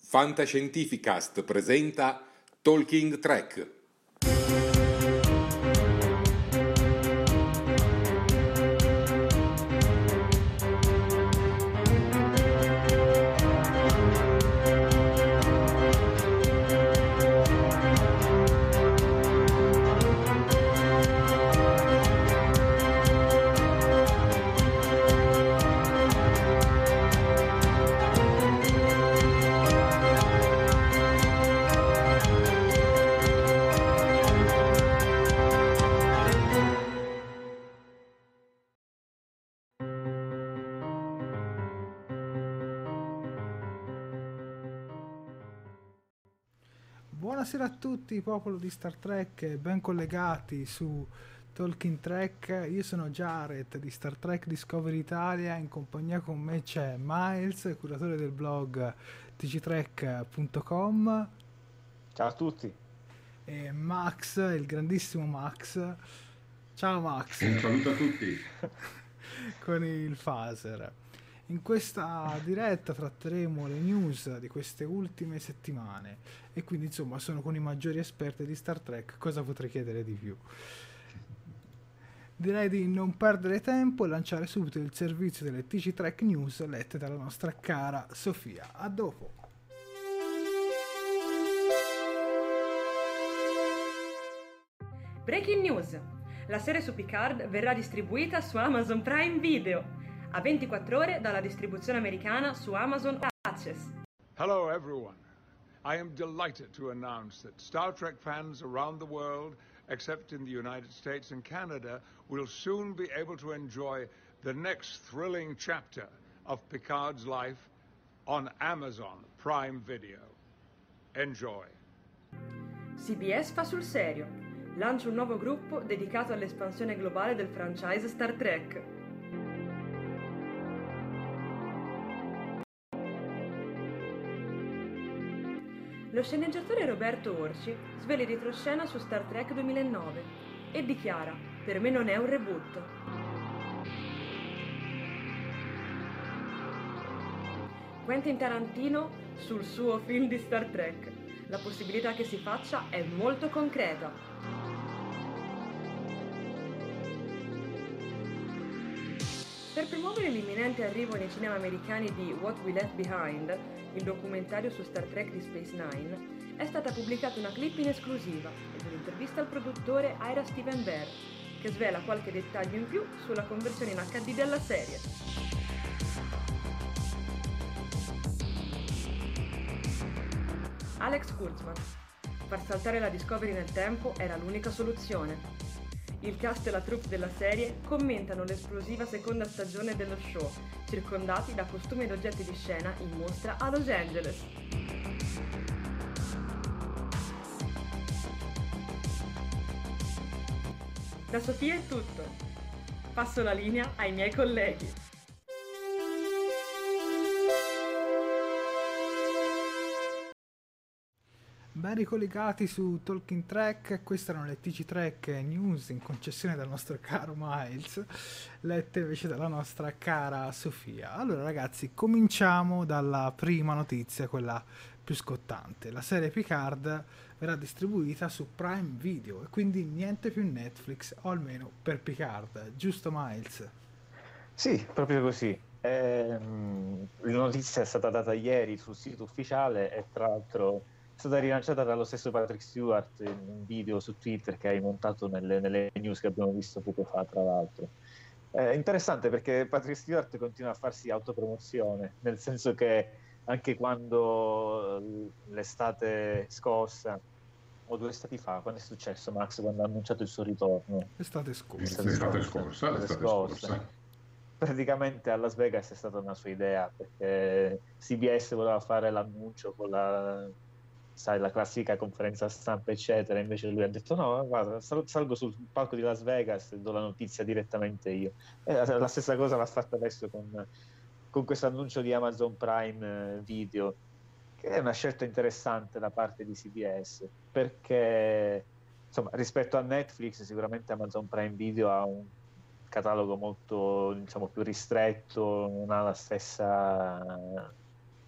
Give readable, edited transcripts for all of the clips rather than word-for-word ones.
Fantascientificast presenta Talking Trek. Buonasera a tutti, popolo di Star Trek, ben collegati su Talking Trek. Io sono Jared di Star Trek Discovery Italia, in compagnia con me c'è Miles, curatore del blog tgtrek.com, Ciao a tutti. e Max, il grandissimo Max. Ciao Max. Un saluto a tutti. Con il phaser. In questa diretta tratteremo le news di queste ultime settimane e quindi insomma sono con i maggiori esperti di Star Trek, cosa potrei chiedere di più? Direi di non perdere tempo e lanciare subito il servizio delle TG Trek News lette dalla nostra cara Sofia. A dopo! Breaking News! La serie su Picard verrà distribuita su Amazon Prime Video a 24 ore dalla distribuzione americana su Amazon Access. Hello everyone. I am delighted to announce that Star Trek fans around the world, except in the United States and Canada, will soon be able to enjoy the next thrilling chapter of Picard's life on Amazon Prime Video. Enjoy. CBS fa sul serio. Lancia un nuovo gruppo dedicato all'espansione globale del franchise Star Trek. Lo sceneggiatore Roberto Orci svela il retroscena su Star Trek 2009 e dichiara: per me non è un reboot. Quentin Tarantino sul suo film di Star Trek. La possibilità che si faccia è molto concreta. Per promuovere l'imminente arrivo nei cinema americani di What We Left Behind, il documentario su Star Trek di Space Nine, è stata pubblicata una clip in esclusiva ed un'intervista al produttore Ira Steven Behr, che svela qualche dettaglio in più sulla conversione in HD della serie. Alex Kurtzman. Far saltare la Discovery nel tempo era l'unica soluzione. Il cast e la troupe della serie commentano l'esplosiva seconda stagione dello show, circondati da costumi ed oggetti di scena in mostra a Los Angeles. Da Sofia è tutto. Passo la linea ai miei colleghi. Ben ricollegati su Talking Trek, queste erano le TG Trek News in concessione dal nostro caro Miles, lette invece dalla nostra cara Sofia. Allora ragazzi, cominciamo dalla prima notizia, quella più scottante. La serie Picard verrà distribuita su Prime Video e quindi niente più Netflix, o almeno per Picard, giusto Miles? Sì, proprio così. La notizia è stata data ieri sul sito ufficiale e tra l'altro è stata rilanciata dallo stesso Patrick Stewart in un video su Twitter che hai montato nelle news che abbiamo visto poco fa, tra l'altro. È interessante perché Patrick Stewart continua a farsi autopromozione, nel senso che anche quando l'estate scorsa, o 2 estati fa, quando è successo Max, quando ha annunciato il suo ritorno? L'estate scorsa. L'estate scorsa. Praticamente a Las Vegas è stata una sua idea, perché CBS voleva fare l'annuncio con la classica conferenza stampa eccetera, invece lui ha detto no, guarda, salgo sul palco di Las Vegas e do la notizia direttamente io. E la stessa cosa l'ha fatta adesso con questo annuncio di Amazon Prime Video, che è una scelta interessante da parte di CBS, perché insomma rispetto a Netflix sicuramente Amazon Prime Video ha un catalogo molto, diciamo, più ristretto, non ha la stessa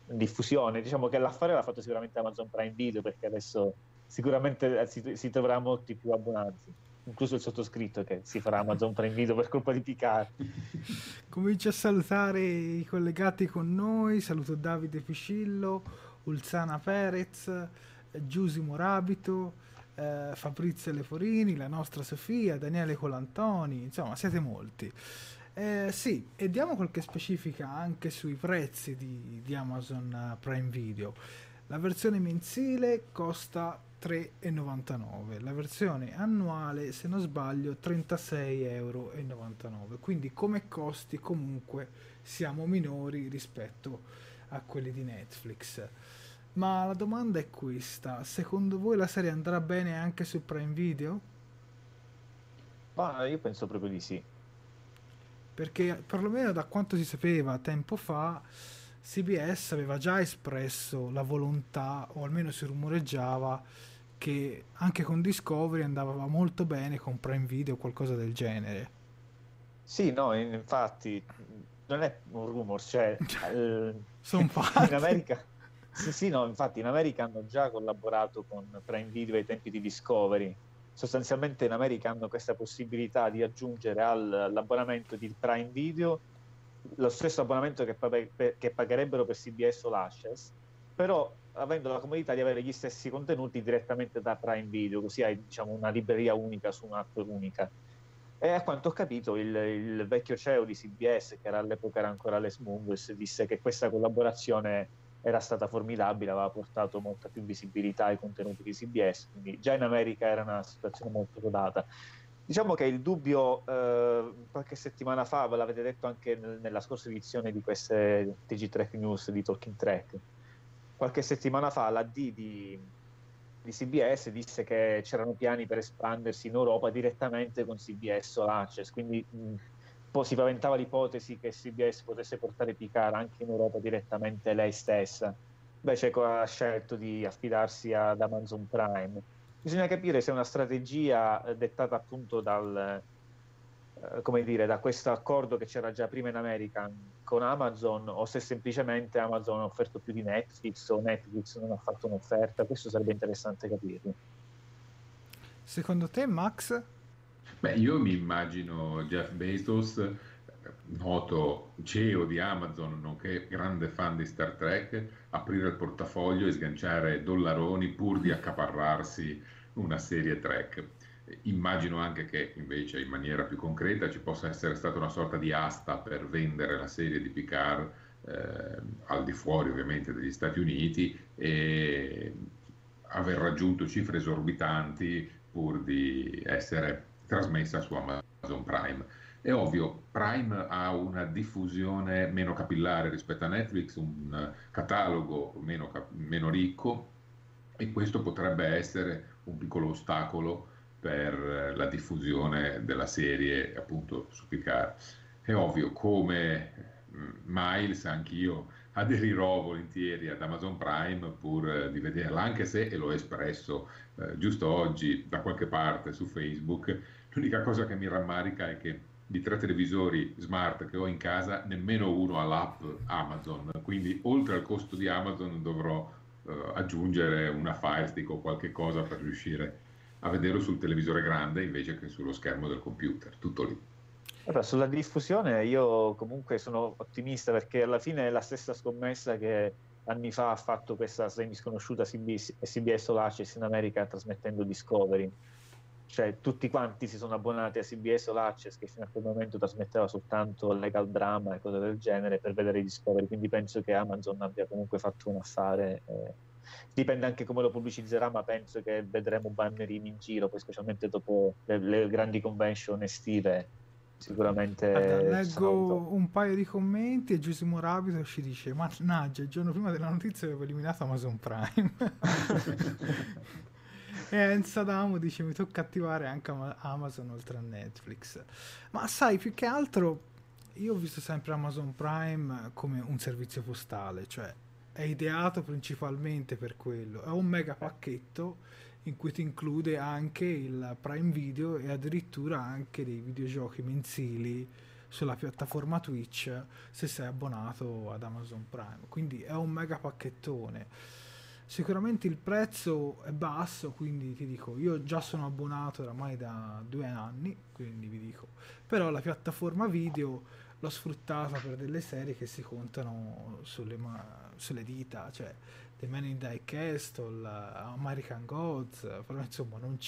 diffusione. Diciamo che l'affare l'ha fatto sicuramente Amazon Prime Video, perché adesso sicuramente si troverà molti più abbonati, incluso il sottoscritto che si farà Amazon Prime Video per colpa di Picard. Comincio a salutare i collegati con noi. Saluto Davide Piscillo, Ulzana Perez, Giusy Morabito, Fabrizio Leforini, la nostra Sofia, Daniele Colantoni, insomma siete molti. Sì, e diamo qualche specifica anche sui prezzi di Amazon Prime Video. La versione mensile costa 3,99, la versione annuale, se non sbaglio, 36,99 €, quindi come costi comunque siamo minori rispetto a quelli di Netflix. Ma la domanda è questa: secondo voi la serie andrà bene anche su Prime Video? Ma io penso proprio di sì. Perché perlomeno da quanto si sapeva tempo fa, CBS aveva già espresso la volontà, o almeno si rumoreggiava, che anche con Discovery andava molto bene con Prime Video o qualcosa del genere. Sì, no, infatti non è un rumor, cioè Sono fatti. in America sì, no, infatti in America hanno già collaborato con Prime Video ai tempi di Discovery. Sostanzialmente in America hanno questa possibilità di aggiungere all'abbonamento di Prime Video lo stesso abbonamento che pagherebbero per CBS o Access, però avendo la comodità di avere gli stessi contenuti direttamente da Prime Video, così hai, diciamo, una libreria unica su un'app unica. E a quanto ho capito il vecchio CEO di CBS, che all'epoca era ancora Les Moonves, disse che questa collaborazione era stata formidabile, aveva portato molta più visibilità ai contenuti di CBS, quindi già in America era una situazione molto rodata. Diciamo che il dubbio qualche settimana fa, ve l'avete detto anche nella scorsa edizione di queste TG Trek News di Talking Trek, qualche settimana fa la D di CBS disse che c'erano piani per espandersi in Europa direttamente con CBS o Access, quindi poi si paventava l'ipotesi che CBS potesse portare Picard anche in Europa direttamente lei stessa. Invece ha scelto di affidarsi ad Amazon Prime. Bisogna capire se è una strategia dettata appunto come dire, da questo accordo che c'era già prima in America con Amazon, o se semplicemente Amazon ha offerto più di Netflix o Netflix non ha fatto un'offerta. Questo sarebbe interessante capirlo. Secondo te, Max? Beh, io mi immagino Jeff Bezos, noto CEO di Amazon, nonché grande fan di Star Trek, aprire il portafoglio e sganciare dollaroni pur di accaparrarsi una serie Trek. Immagino anche che invece in maniera più concreta ci possa essere stata una sorta di asta per vendere la serie di Picard al di fuori ovviamente degli Stati Uniti e aver raggiunto cifre esorbitanti pur di essere trasmessa su Amazon Prime. È ovvio, Prime ha una diffusione meno capillare rispetto a Netflix, un catalogo meno ricco, e questo potrebbe essere un piccolo ostacolo per la diffusione della serie appunto su Picard. È ovvio, come Miles, anch'io aderirò volentieri ad Amazon Prime pur di vederla, anche se, e l'ho espresso giusto oggi da qualche parte su Facebook, l'unica cosa che mi rammarica è che di 3 televisori smart che ho in casa, nemmeno uno ha l'app Amazon, quindi oltre al costo di Amazon dovrò aggiungere una Fire Stick o qualche cosa per riuscire a vederlo sul televisore grande invece che sullo schermo del computer, tutto lì. Allora, sulla diffusione io comunque sono ottimista, perché alla fine è la stessa scommessa che anni fa ha fatto questa semi sconosciuta CBS All Access in America trasmettendo Discovery. Cioè tutti quanti si sono abbonati a CBS All Access, che fino a quel momento trasmetteva soltanto legal drama e cose del genere, per vedere Discovery, quindi penso che Amazon abbia comunque fatto un affare. Dipende anche come lo pubblicizzerà, ma penso che vedremo bannerini in giro, poi specialmente dopo le grandi convention estive. Sicuramente. Guarda, leggo un paio di commenti e Giusimo Rapido ci dice: mannaggia, il giorno prima della notizia avevo eliminato Amazon Prime. E Ensadamo dice: mi tocca attivare anche Amazon oltre a Netflix. Ma sai, più che altro io ho visto sempre Amazon Prime come un servizio postale, cioè è ideato principalmente per quello. È un mega pacchetto in cui ti include anche il Prime Video e addirittura anche dei videogiochi mensili sulla piattaforma Twitch se sei abbonato ad Amazon Prime, quindi è un mega pacchettone. Sicuramente il prezzo è basso, quindi ti dico, io già sono abbonato oramai da 2 anni, quindi vi dico, però la piattaforma video l'ho sfruttata per delle serie che si contano sulle dita, cioè The Man in the Castle, American Gods, però insomma non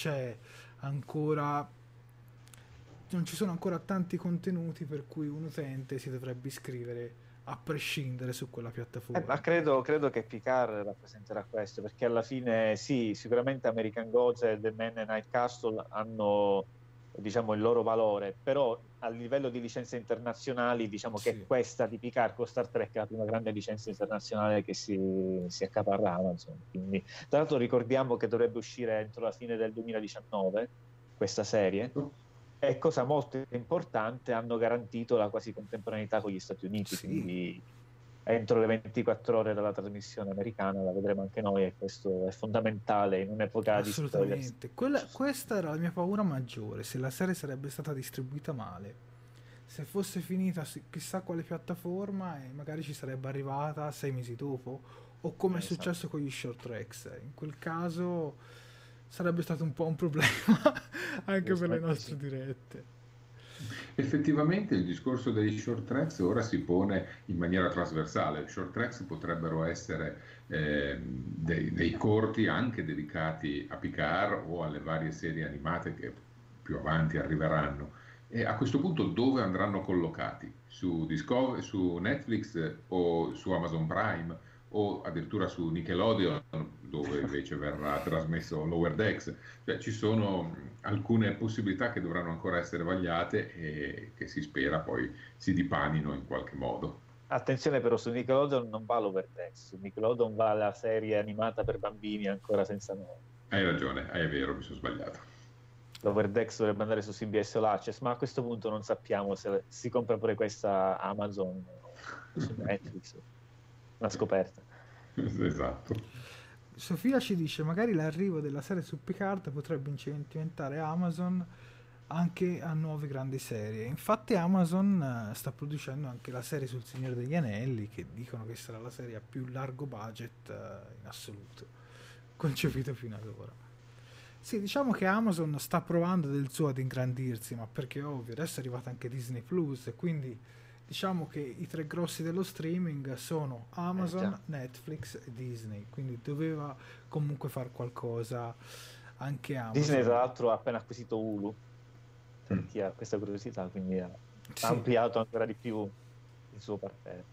ci sono ancora tanti contenuti per cui un utente si dovrebbe iscrivere a prescindere su quella piattaforma. Ma credo che Picard rappresenterà questo, perché alla fine sì, sicuramente American Gods e The Man in Night Castle hanno, diciamo, il loro valore, però a livello di licenze internazionali, diciamo Sì. che questa di Picard con Star Trek è la prima grande licenza internazionale che si accaparra Amazon. Quindi, tra l'altro ricordiamo che dovrebbe uscire entro la fine del 2019 questa serie. E cosa molto importante, hanno garantito la quasi contemporaneità con gli Stati Uniti, Sì. quindi entro le 24 ore dalla trasmissione americana la vedremo anche noi, e questo è fondamentale in un'epoca di spoiler. Assolutamente. Questa era la mia paura maggiore, se la serie sarebbe stata distribuita male, se fosse finita su chissà quale piattaforma e magari ci sarebbe arrivata 6 mesi dopo, o come è Esatto. successo con gli short tracks. In quel caso sarebbe stato un po' un problema anche per le nostre dirette. Effettivamente il discorso degli short tracks ora si pone in maniera trasversale. Short tracks potrebbero essere dei corti anche dedicati a Picard o alle varie serie animate che più avanti arriveranno. E a questo punto dove andranno collocati? Su Netflix o su Amazon Prime o addirittura su Nickelodeon, dove invece verrà trasmesso Lower Decks? Cioè, ci sono alcune possibilità che dovranno ancora essere vagliate e che si spera poi si dipanino in qualche modo. Attenzione però, su Nickelodeon non va l'Over Decks, su Nickelodeon va la serie animata per bambini ancora senza nome. Hai ragione, è vero, mi sono sbagliato. L'Over Decks dovrebbe andare su CBS All Access, ma a questo punto non sappiamo se si compra pure questa Amazon o su Netflix. Una scoperta. Esatto. Sofia ci dice magari l'arrivo della serie su Picard potrebbe incentivare Amazon anche a nuove grandi serie. Infatti Amazon sta producendo anche la serie sul Signore degli Anelli, che dicono che sarà la serie a più largo budget in assoluto concepito fino ad ora. Sì, diciamo che Amazon sta provando del suo ad ingrandirsi, ma perché è ovvio, adesso è arrivata anche Disney Plus, e quindi diciamo che i 3 grossi dello streaming sono Amazon, Netflix e Disney, quindi doveva comunque far qualcosa anche Amazon. Disney tra l'altro ha appena acquisito Hulu, per chi ha questa curiosità, quindi ha Sì. ampliato ancora di più il suo parterre.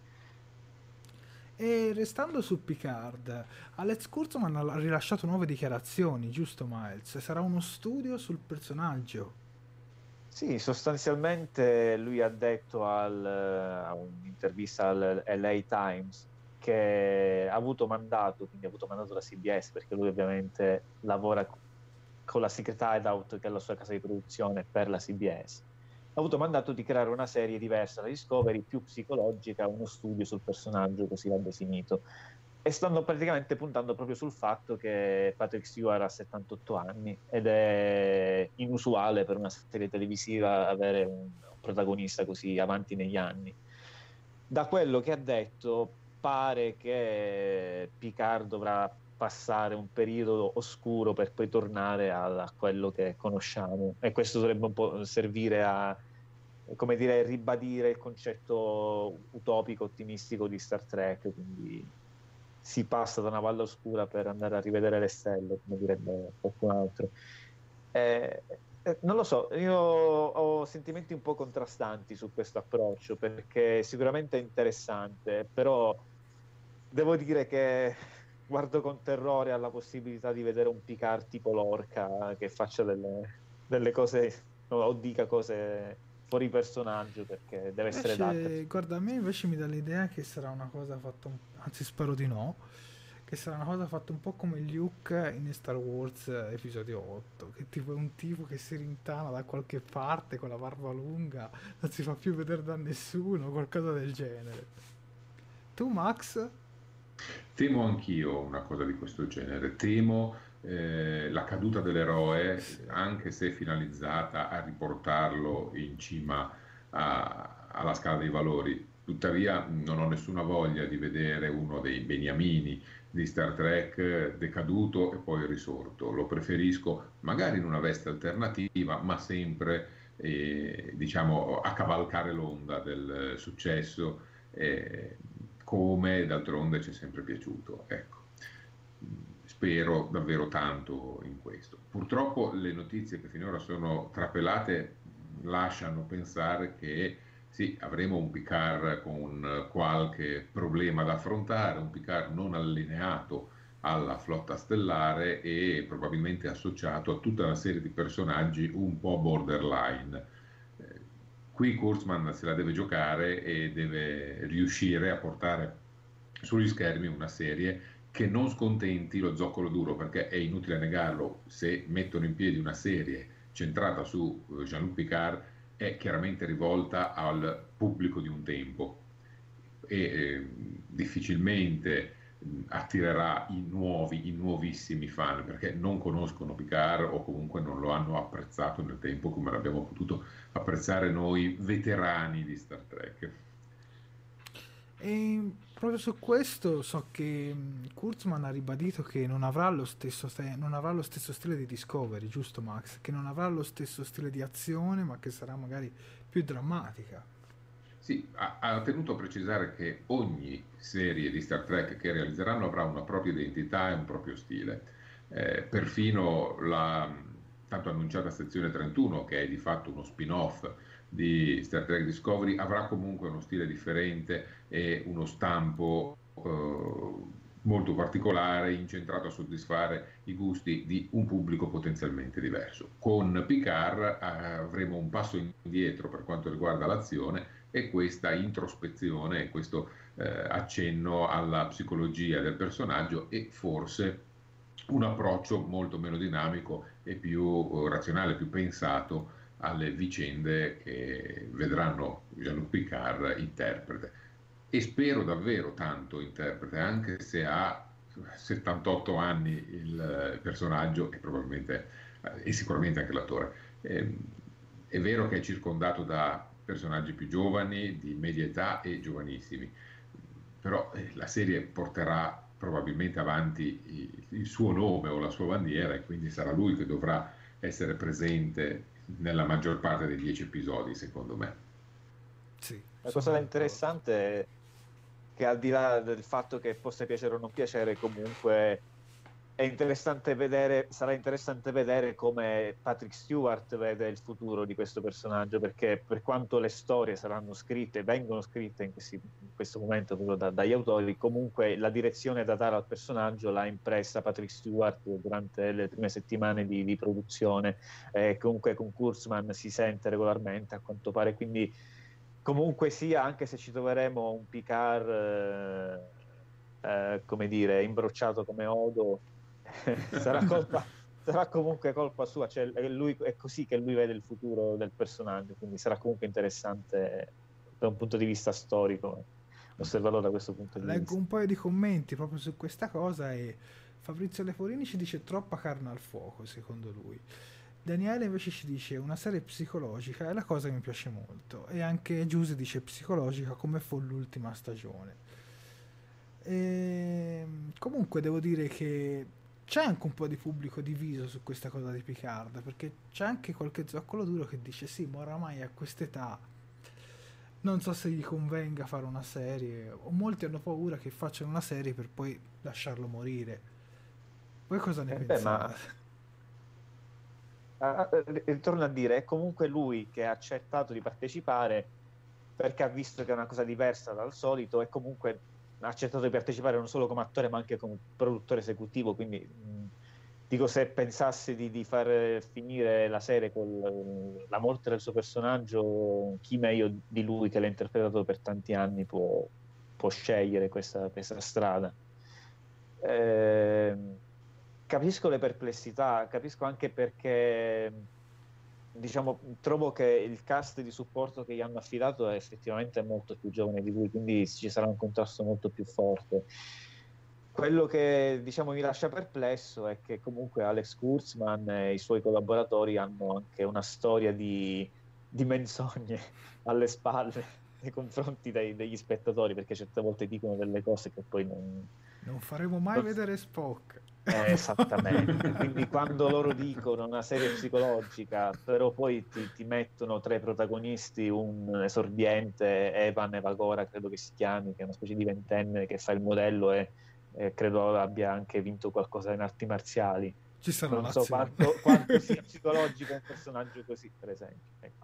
E restando su Picard, Alex Kurtzman ha rilasciato nuove dichiarazioni, giusto Miles? Sarà uno studio sul personaggio. Sì, sostanzialmente lui ha detto a un'intervista al LA Times che ha avuto mandato, quindi ha avuto mandato da CBS, perché lui ovviamente lavora con la Secret Hideout, che è la sua casa di produzione per la CBS. Ha avuto mandato di creare una serie diversa da Discovery, più psicologica, uno studio sul personaggio, così l'ha definito. E stanno praticamente puntando proprio sul fatto che Patrick Stewart ha 78 anni ed è inusuale per una serie televisiva avere un protagonista così avanti negli anni. Da quello che ha detto pare che Picard dovrà passare un periodo oscuro per poi tornare a quello che conosciamo, e questo dovrebbe un po' servire a, come dire, ribadire il concetto utopico ottimistico di Star Trek, quindi si passa da una valle oscura per andare a rivedere le stelle, come direbbe qualcun altro. Non lo so, io ho sentimenti un po' contrastanti su questo approccio, perché sicuramente è interessante, però devo dire che guardo con terrore alla possibilità di vedere un Picard tipo Lorca che faccia delle cose o dica cose fuori personaggio, perché deve essere data. Guarda, a me invece mi dà l'idea che sarà una cosa fatta, anzi spero di no, che sarà una cosa fatta un po' come Luke in Star Wars episodio 8, che tipo è un tipo che si rintana da qualche parte con la barba lunga, non si fa più vedere da nessuno, qualcosa del genere. Tu Max? Temo anch'io una cosa di questo genere, temo la caduta dell'eroe, Sì. anche se finalizzata a riportarlo in cima alla scala dei valori. Tuttavia non ho nessuna voglia di vedere uno dei beniamini di Star Trek decaduto e poi risorto. Lo preferisco magari in una veste alternativa, ma sempre diciamo a cavalcare l'onda del successo, come d'altronde ci è sempre piaciuto. Ecco. Spero davvero tanto in questo. Purtroppo le notizie che finora sono trapelate lasciano pensare che sì, avremo un Picard con qualche problema da affrontare, un Picard non allineato alla flotta stellare e probabilmente associato a tutta una serie di personaggi un po' borderline. Qui Kurtzman se la deve giocare e deve riuscire a portare sugli schermi una serie che non scontenti lo zoccolo duro, perché è inutile negarlo, se mettono in piedi una serie centrata su Jean-Luc Picard è chiaramente rivolta al pubblico di un tempo e difficilmente attirerà i nuovissimi fan, perché non conoscono Picard o comunque non lo hanno apprezzato nel tempo come l'abbiamo potuto apprezzare noi veterani di Star Trek. E proprio su questo so che Kurtzman ha ribadito che non avrà lo stesso stile di Discovery, giusto Max? Che non avrà lo stesso stile di azione, ma che sarà magari più drammatica. Sì, ha tenuto a precisare che ogni serie di Star Trek che realizzeranno avrà una propria identità e un proprio stile. Perfino la tanto annunciata sezione 31, che è di fatto uno spin-off di Star Trek Discovery, avrà comunque uno stile differente e uno stampo molto particolare, incentrato a soddisfare i gusti di un pubblico potenzialmente diverso. Con Picard avremo un passo indietro per quanto riguarda l'azione e questa introspezione, questo accenno alla psicologia del personaggio e forse un approccio molto meno dinamico e più razionale, più pensato alle vicende che vedranno Jean-Luc Picard interprete. E spero davvero tanto interprete, anche se ha 78 anni il personaggio e probabilmente e sicuramente anche l'attore. È vero che è circondato da personaggi più giovani, di media età e giovanissimi, però la serie porterà probabilmente avanti il suo nome o la sua bandiera e quindi sarà lui che dovrà essere presente nella maggior parte dei 10 episodi, secondo me. Sì, la cosa interessante è che al di là del fatto che possa piacere o non piacere, comunque è interessante vedere, sarà interessante vedere come Patrick Stewart vede il futuro di questo personaggio, perché per quanto le storie saranno scritte, vengono scritte in questo momento proprio dagli autori, comunque la direzione da dare al personaggio l'ha impressa Patrick Stewart durante le prime settimane di produzione, comunque con Kurtzman si sente regolarmente a quanto pare, quindi comunque sia, anche se ci troveremo un Picard come dire, imbrocciato come Odo, sarà comunque colpa sua, cioè è così che lui vede il futuro del personaggio, quindi sarà comunque interessante da un punto di vista storico osservarlo da questo punto di vista. Leggo un paio di commenti proprio su questa cosa e Fabrizio Leporini ci dice troppa carne al fuoco secondo lui. Daniele invece ci dice una serie psicologica è la cosa che mi piace molto, e anche Giuse dice psicologica come fu l'ultima stagione. Comunque devo dire che c'è anche un po' di pubblico diviso su questa cosa di Picard, perché c'è anche qualche zoccolo duro che dice sì, ma oramai a quest'età non so se gli convenga fare una serie, o molti hanno paura che facciano una serie per poi lasciarlo morire. Voi cosa ne pensate? Torno a dire, è comunque lui che ha accettato di partecipare perché ha visto che è una cosa diversa dal solito, e comunque ha accettato di partecipare non solo come attore ma anche come produttore esecutivo, quindi dico, se pensasse di far finire la serie con la morte del suo personaggio, chi meglio di lui che l'ha interpretato per tanti anni può scegliere questa strada. Capisco le perplessità, capisco anche perché diciamo trovo che il cast di supporto che gli hanno affidato è effettivamente molto più giovane di lui, quindi ci sarà un contrasto molto più forte. Quello che diciamo mi lascia perplesso è che comunque Alex Kurtzman e i suoi collaboratori hanno anche una storia di di menzogne alle spalle nei confronti degli spettatori, perché certe volte dicono delle cose che poi non faremo mai vedere Spock. Esattamente, quindi quando loro dicono una serie psicologica, però poi ti mettono tra i protagonisti un esordiente, Evan Evagora credo che si chiami, che è una specie di ventenne che fa il modello e credo abbia anche vinto qualcosa in arti marziali. Ci sarà non so quanto sia psicologico un personaggio così, per esempio, ecco.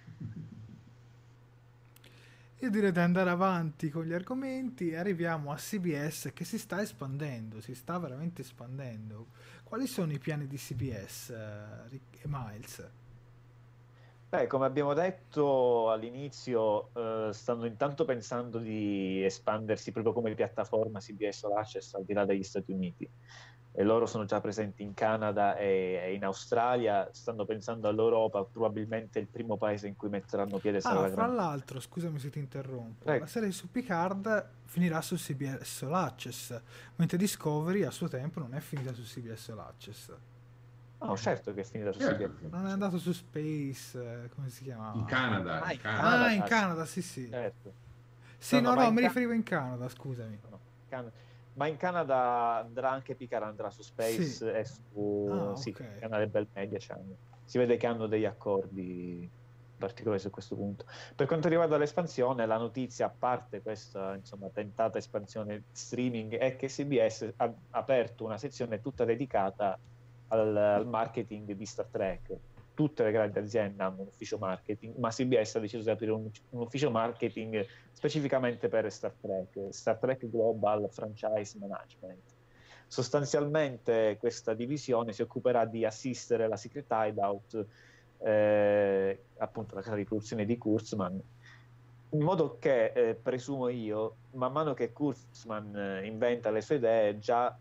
Io direi di andare avanti con gli argomenti e arriviamo a CBS che si sta espandendo, si sta veramente espandendo. Quali sono i piani di CBS, Rick e Miles? Beh, come abbiamo detto all'inizio, stanno intanto pensando di espandersi proprio come piattaforma CBS All Access al di là degli Stati Uniti. E loro sono già presenti in Canada e in Australia, stanno pensando all'Europa, probabilmente il primo paese in cui metteranno piede sarà la fra l'altro, scusami se ti interrompo, Prego. la serie su Picard finirà su CBS All Access, mentre Discovery a suo tempo non è finita su CBS All Access. No, certo che è finita su CBS. Non è andato su Space, come si chiamava? In Canada. In Canada, sì. Certo. Sì, no, mi riferivo in Canada, scusami. Ma in Canada andrà anche Picard, andrà su Space, sì. E su okay. Canale Bell Media c'hanno. Si vede che hanno degli accordi particolari su questo punto. Per quanto riguarda l'espansione, la notizia, a parte questa tentata espansione streaming, è che CBS ha aperto una sezione tutta dedicata al marketing di Star Trek. Tutte le grandi aziende hanno un ufficio marketing, ma CBS ha deciso di aprire un ufficio marketing specificamente per Star Trek Global Franchise Management. Sostanzialmente questa divisione si occuperà di assistere la Secret Hideout, appunto la casa di produzione di Kurtzman, in modo che, presumo io, man mano che Kurtzman inventa le sue idee, già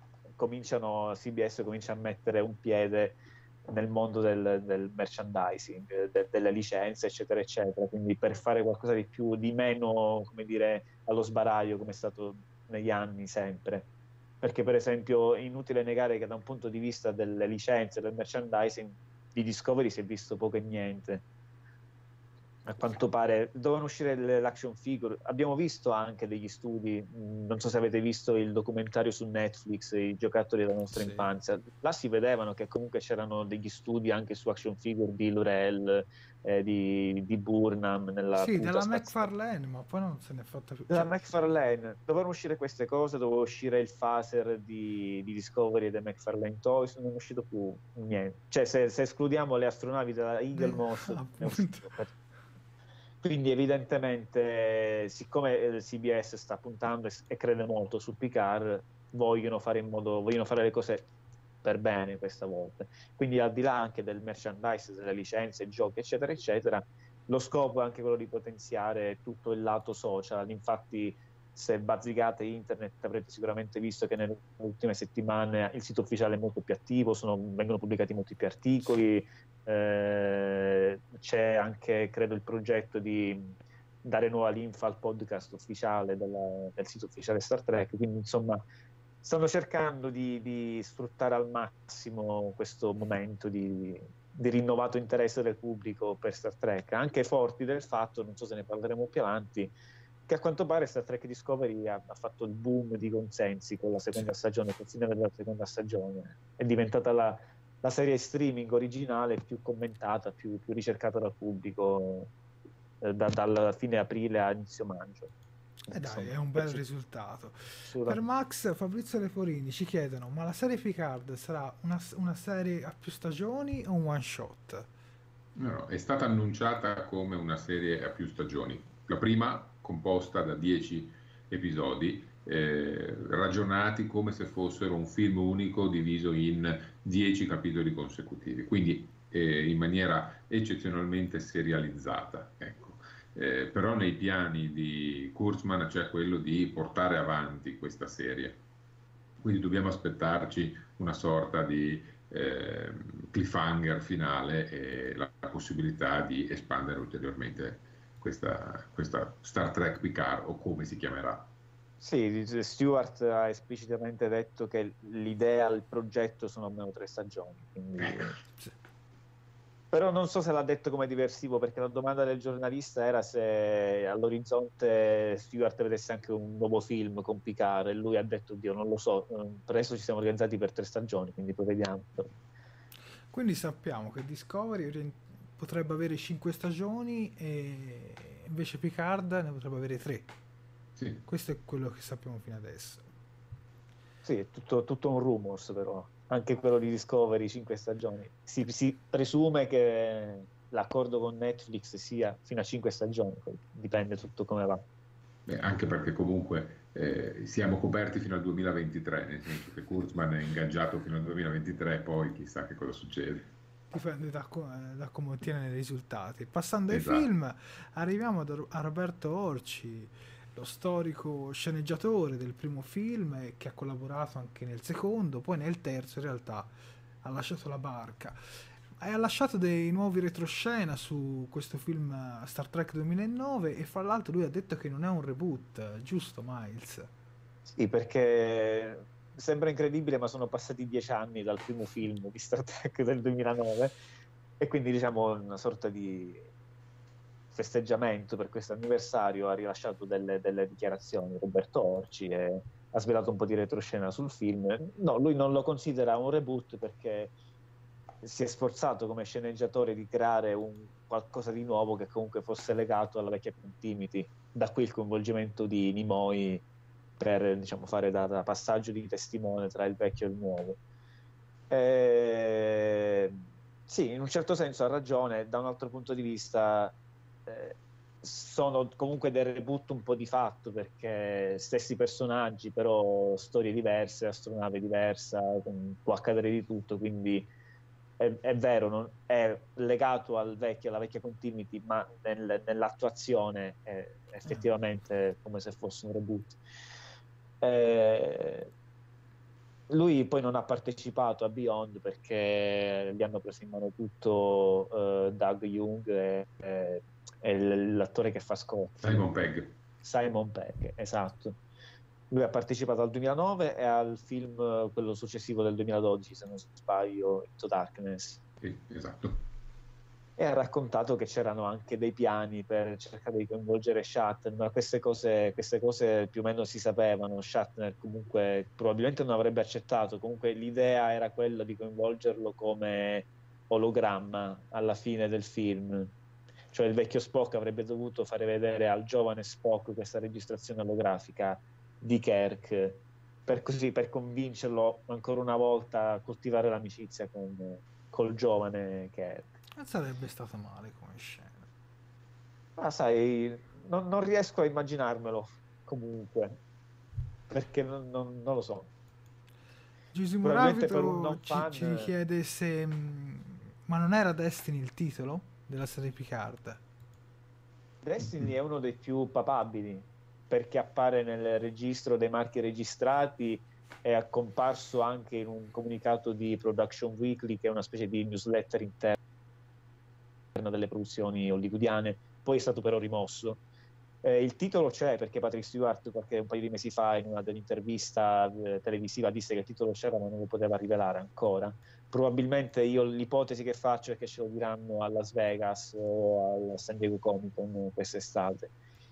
CBS comincia a mettere un piede nel mondo del merchandising, delle licenze, eccetera, eccetera. Quindi per fare qualcosa di meno, come dire, allo sbaraglio, come è stato negli anni sempre. Perché, per esempio, è inutile negare che da un punto di vista delle licenze, del merchandising, di Discovery si è visto poco e niente. A quanto pare dovevano uscire l'action figure. Abbiamo visto anche degli studi, non so se avete visto il documentario su Netflix, i giocattoli della nostra infanzia. Là si vedevano che comunque c'erano degli studi anche su action figure di Lorel, di Burnham, della McFarlane, ma poi non se n'è fatta più. Della McFarlane dovevano uscire queste cose, doveva uscire il phaser di Discovery e dei McFarlane Toys, non è uscito più niente. Cioè, se escludiamo le astronavi della Eagle Moss, quindi evidentemente, siccome CBS sta puntando e crede molto su Picard, vogliono fare le cose per bene questa volta. Quindi al di là anche del merchandise, delle licenze, giochi, eccetera, eccetera, lo scopo è anche quello di potenziare tutto il lato social. Infatti, se bazzicate internet avrete sicuramente visto che nelle ultime settimane il sito ufficiale è molto più attivo, vengono pubblicati molti più articoli, c'è anche, credo, il progetto di dare nuova linfa al podcast ufficiale del sito ufficiale Star Trek, quindi insomma stanno cercando di sfruttare al massimo questo momento di rinnovato interesse del pubblico per Star Trek, anche forti del fatto, non so se ne parleremo più avanti, che a quanto pare Star Trek Discovery ha fatto il boom di consensi con la seconda stagione, con il finale della seconda stagione, è diventata la serie streaming originale più commentata, più ricercata dal pubblico dal fine aprile a inizio maggio. Dai, è un bel risultato. Per Max, Fabrizio Leporini ci chiedono: ma la serie Picard sarà una serie a più stagioni o un one shot? No, è stata annunciata come una serie a più stagioni. La prima composta da 10 episodi ragionati come se fossero un film unico diviso in 10 capitoli consecutivi, quindi in maniera eccezionalmente serializzata, ecco. Però nei piani di Kurtzman c'è quello di portare avanti questa serie, quindi dobbiamo aspettarci una sorta di cliffhanger finale e la possibilità di espandere ulteriormente questa Star Trek Picard, o come si chiamerà. Sì, Stewart ha esplicitamente detto che l'idea, il progetto sono almeno 3 stagioni, quindi Però non so se l'ha detto come diversivo, perché la domanda del giornalista era se all'orizzonte Stewart vedesse anche un nuovo film con Picard, e lui ha detto: Dio, non lo so, per adesso ci siamo organizzati per 3 stagioni, quindi poi vediamo. Quindi sappiamo che Discovery potrebbe avere 5 stagioni e invece Picard ne potrebbe avere 3. Sì. Questo è quello che sappiamo fino adesso. Sì, è tutto un rumors, però anche quello di Discovery 5 stagioni. Si presume che l'accordo con Netflix sia fino a 5 stagioni, poi dipende tutto come va. Beh, anche perché comunque siamo coperti fino al 2023, nel senso che Kurtzman è ingaggiato fino al 2023, poi chissà che cosa succede. Dipende da come ottiene i risultati. Passando Esatto. ai film, arriviamo a Roberto Orci, lo storico sceneggiatore del primo film e che ha collaborato anche nel secondo, poi nel terzo in realtà ha lasciato la barca. Ha lasciato dei nuovi retroscena su questo film Star Trek 2009 e fra l'altro lui ha detto che non è un reboot, giusto Miles? Sì, perché sembra incredibile, ma sono passati 10 anni dal primo film di Star Trek del 2009 e quindi diciamo una sorta di festeggiamento per questo anniversario ha rilasciato delle dichiarazioni Roberto Orci e ha svelato un po' di retroscena sul film. No, lui non lo considera un reboot perché si è sforzato come sceneggiatore di creare qualcosa di nuovo che comunque fosse legato alla vecchia continuity. Da qui il coinvolgimento di Nimoy per, diciamo, fare da passaggio di testimone tra il vecchio e il nuovo. Sì, in un certo senso ha ragione, da un altro punto di vista sono comunque del reboot un po' di fatto, perché stessi personaggi però storie diverse, astronave diversa, può accadere di tutto, quindi è vero, è legato alla vecchia continuity, ma nell'attuazione è effettivamente come se fosse un reboot. Lui poi non ha partecipato a Beyond perché gli hanno preso in mano tutto Doug Young e l'attore che fa Scott. Simon Pegg, esatto. Lui ha partecipato al 2009 e al film quello successivo del 2012, se non sbaglio, Into Darkness. Sì, esatto. E ha raccontato che c'erano anche dei piani per cercare di coinvolgere Shatner, ma queste cose più o meno si sapevano. Shatner comunque probabilmente non avrebbe accettato, comunque l'idea era quella di coinvolgerlo come ologramma alla fine del film, cioè il vecchio Spock avrebbe dovuto fare vedere al giovane Spock questa registrazione olografica di Kirk per convincerlo ancora una volta a coltivare l'amicizia col giovane Kirk. Non sarebbe stato male come scena. Ma sai, non riesco a immaginarmelo comunque, perché non lo so. Giusimo Ravito ci chiede se ma non era Destiny il titolo della serie Picard? Destiny è uno dei più papabili perché appare nel registro dei marchi registrati, è comparso anche in un comunicato di Production Weekly, che è una specie di newsletter interna delle produzioni hollywoodiane, poi è stato però rimosso. Il titolo c'è perché Patrick Stewart un paio di mesi fa in una dell'intervista televisiva disse che il titolo c'era ma non lo poteva rivelare ancora. Probabilmente l'ipotesi che faccio è che ce lo diranno a Las Vegas o al San Diego Comic Con quest'estate.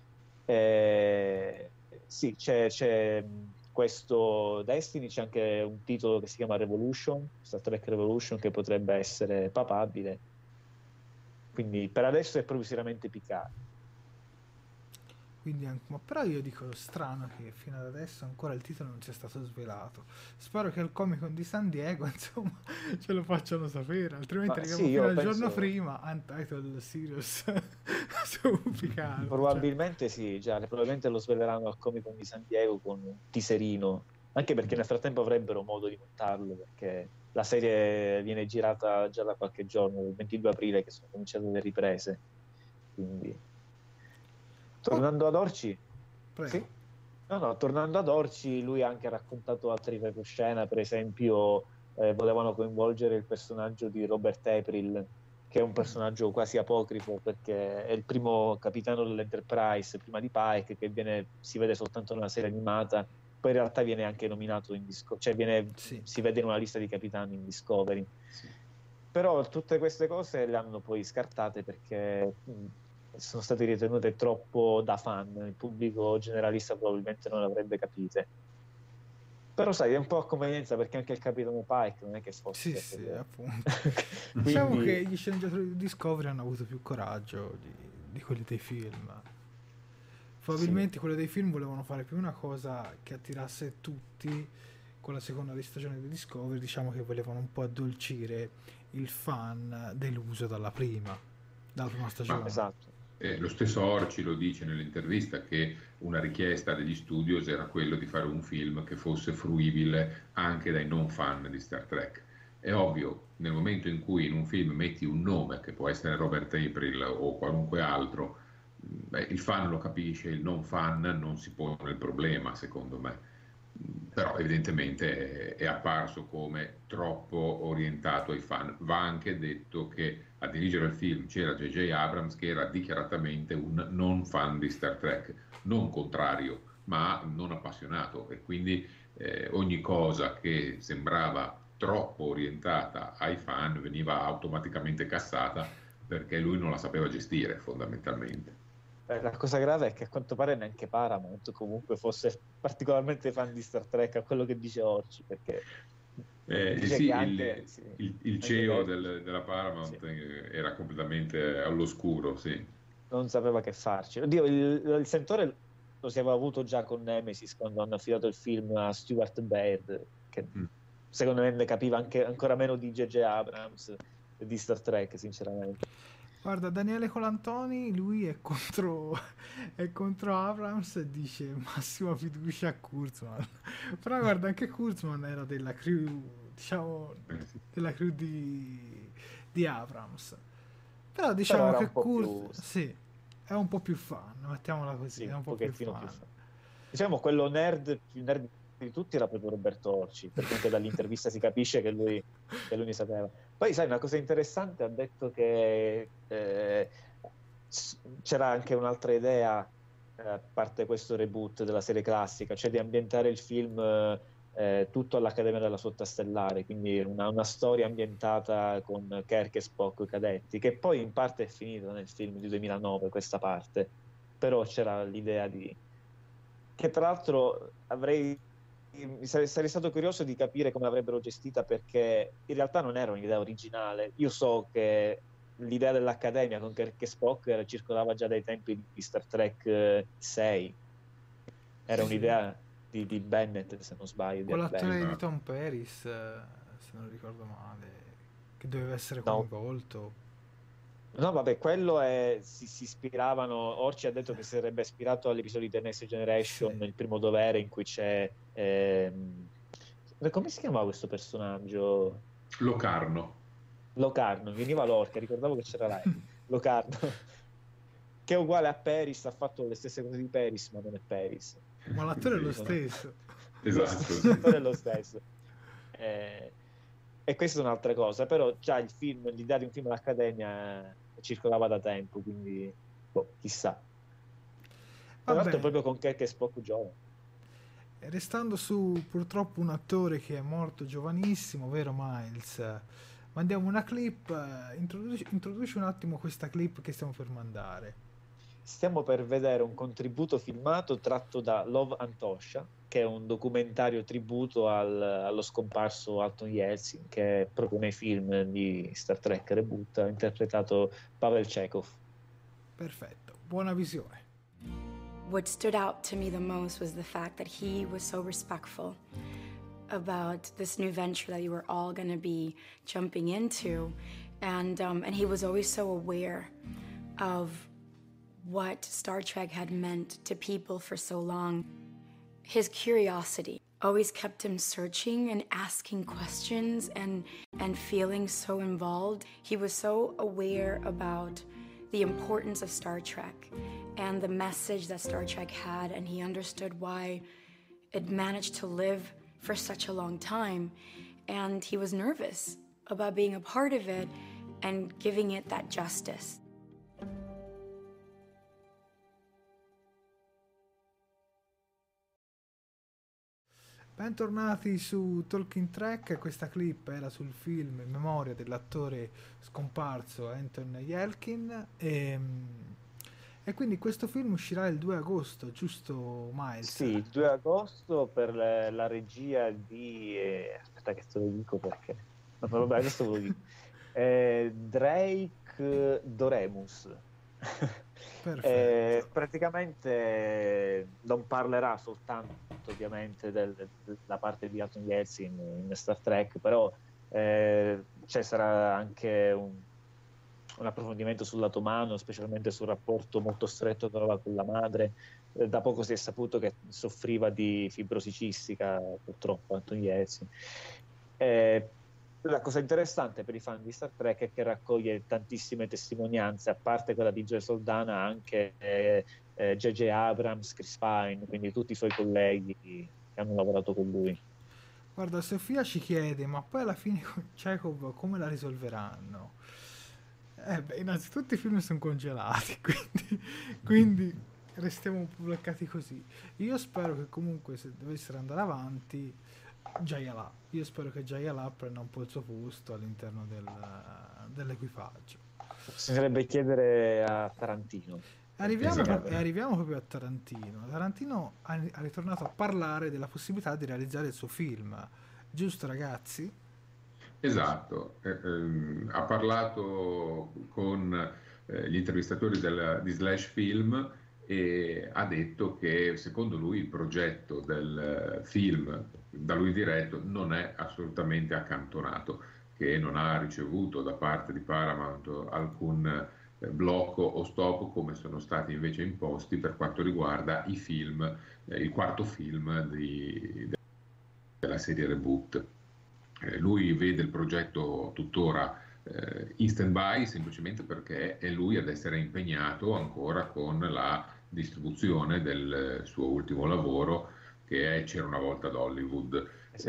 Sì, c'è questo Destiny, c'è anche un titolo che si chiama Revolution, Star Trek Revolution, che potrebbe essere papabile, quindi per adesso è proprio sicuramente Picard. Quindi ma però io dico strano che fino ad adesso ancora il titolo non sia stato svelato. Spero che al Comic Con di San Diego insomma ce lo facciano sapere, altrimenti arriviamo fino al giorno prima Untitled Series su Picard. Probabilmente sì, già, probabilmente lo sveleranno al Comic Con di San Diego con un teaserino, anche perché nel frattempo avrebbero modo di montarlo, perché la serie viene girata già da qualche giorno, il 22 aprile che sono cominciate le riprese, quindi tornando ad Orci, sì? Tornando ad Orci, lui ha anche raccontato altri retroscena, per esempio volevano coinvolgere il personaggio di Robert April, che è un personaggio quasi apocrifo perché è il primo capitano dell'Enterprise prima di Pike, che si vede soltanto nella serie animata, poi in realtà viene anche nominato in si vede in una lista di capitani in Discovery. Sì. Però tutte queste cose le hanno poi scartate perché sono state ritenute troppo da fan, il pubblico generalista probabilmente non le avrebbe capite. Però sai, è un po' a convenienza perché anche il Capitano Pike non è che fosse... Sì, appunto. Diciamo che gli sceneggiatori di Discovery hanno avuto più coraggio di quelli dei film. Probabilmente quelli dei film volevano fare più una cosa che attirasse tutti. Con la seconda stagione di Discovery diciamo che volevano un po' addolcire il fan deluso dalla prima stagione. Esatto. Lo stesso Orci lo dice nell'intervista che una richiesta degli studios era quello di fare un film che fosse fruibile anche dai non fan di Star Trek. È ovvio, nel momento in cui in un film metti un nome, che può essere Robert April o qualunque altro, il fan lo capisce, il non fan non si pone il problema, secondo me. Però evidentemente è apparso come troppo orientato ai fan. Va anche detto che a dirigere il film c'era J.J. Abrams, che era dichiaratamente un non fan di Star Trek, non contrario, ma non appassionato, e quindi ogni cosa che sembrava troppo orientata ai fan veniva automaticamente cassata perché lui non la sapeva gestire fondamentalmente. La cosa grave è che a quanto pare neanche Paramount comunque fosse particolarmente fan di Star Trek, a quello che dice Orci, perché sì, il CEO della Paramount era completamente all'oscuro, sì. Non sapeva che farci. Oddio, il sentore lo si aveva avuto già con Nemesis quando hanno affidato il film a Stuart Baird, che secondo me ne capiva anche ancora meno di J.J. Abrams e di Star Trek, sinceramente. Guarda, Daniele Colantoni, lui è contro Abrams e dice massima fiducia a Kurtzman. Però guarda, anche Kurtzman era della crew, diciamo, della crew di Abrams. Però diciamo che sì, è un po' più fan, mettiamola così, sì, è un po' più fan. Diciamo, quello più nerd di tutti era proprio Roberto Orci, perché anche dall'intervista si capisce che lui ne sapeva. Poi sai, una cosa interessante, ha detto che c'era anche un'altra idea, a parte questo reboot della serie classica, cioè di ambientare il film tutto all'Accademia della Flotta Stellare, quindi una storia ambientata con Kirk e Spock cadetti, che poi in parte è finita nel film di 2009 questa parte, però c'era l'idea che tra l'altro sarei stato curioso di capire come l'avrebbero gestita, perché in realtà non era un'idea originale. Io so che l'idea dell'Accademia con Kirk e Spock circolava già dai tempi di Star Trek 6. Era un'idea di Bennett, se non sbaglio. Con l'attore di Tom Paris, se non ricordo male, che doveva essere coinvolto. No, vabbè, quello si ispiravano. Orci ha detto che si sarebbe ispirato all'episodio di The Next Generation, il primo dovere, in cui c'è come si chiamava questo personaggio? Locarno, veniva l'orca, ricordavo che c'era lei. Locarno, che è uguale a Paris, ha fatto le stesse cose di Paris, ma non è Paris. Ma l'attore è lo stesso. Esatto. L'attore è lo stesso. E questa è un'altra cosa, però già l'idea di un film all'Accademia circolava da tempo, quindi chissà. Tra l'altro proprio con Kirk e Spock giovane. Restando su purtroppo un attore che è morto giovanissimo, vero Miles? Mandiamo una clip, introduci un attimo questa clip che stiamo per mandare. Stiamo per vedere un contributo filmato tratto da Love Antosha, che è un documentario tributo allo scomparso Alton Yeltsin, che proprio nei film di Star Trek Reboot ha interpretato Pavel Chekhov. Perfetto, buona visione. What stood out to me the most was the fact that he was so respectful about this new venture that you were all going to be jumping into, and he was always so aware of what Star Trek had meant to people for so long. His curiosity always kept him searching and asking questions and feeling so involved. He was so aware about the importance of Star Trek and the message that Star Trek had, and he understood why it managed to live for such a long time. And he was nervous about being a part of it and giving it that justice. Bentornati su Talking Track, questa clip era sul film in memoria dell'attore scomparso Anton Yelchin e quindi questo film uscirà il 2 agosto, giusto Miles? Sì, il 2 agosto per la regia di... aspetta che te lo dico perché... Vabbè, adesso ve lo dico. Drake Doremus. Praticamente non parlerà soltanto ovviamente della parte di Anton Yelchin in Star Trek, però sarà anche un approfondimento sul lato umano, specialmente sul rapporto molto stretto che aveva con la madre. Da poco si è saputo che soffriva di fibrosi cistica, purtroppo, Anton Yelchin. La cosa interessante per i fan di Star Trek è che raccoglie tantissime testimonianze, a parte quella di Joe Saldana, anche J.J. Abrams, Chris Pine, quindi tutti i suoi colleghi che hanno lavorato con lui. Guarda, Sofia ci chiede, ma poi alla fine con Chekhov come la risolveranno? Innanzitutto i film sono congelati, quindi restiamo un po' bloccati così. Io spero che comunque, se dovessero andare avanti, io spero che Jayala prenda un po' il suo posto all'interno dell'equipaggio. Si dovrebbe chiedere a Tarantino. Arriviamo proprio a Tarantino. Tarantino ha ritornato a parlare della possibilità di realizzare il suo film, giusto ragazzi? Esatto, ha parlato con gli intervistatori di Slash Film e ha detto che secondo lui il progetto del film da lui diretto non è assolutamente accantonato, che non ha ricevuto da parte di Paramount alcun blocco o stop come sono stati invece imposti per quanto riguarda i film, il quarto film della serie Reboot. Lui vede il progetto tuttora in stand-by semplicemente perché è lui ad essere impegnato ancora con la distribuzione del suo ultimo lavoro, che è C'era una volta ad Hollywood.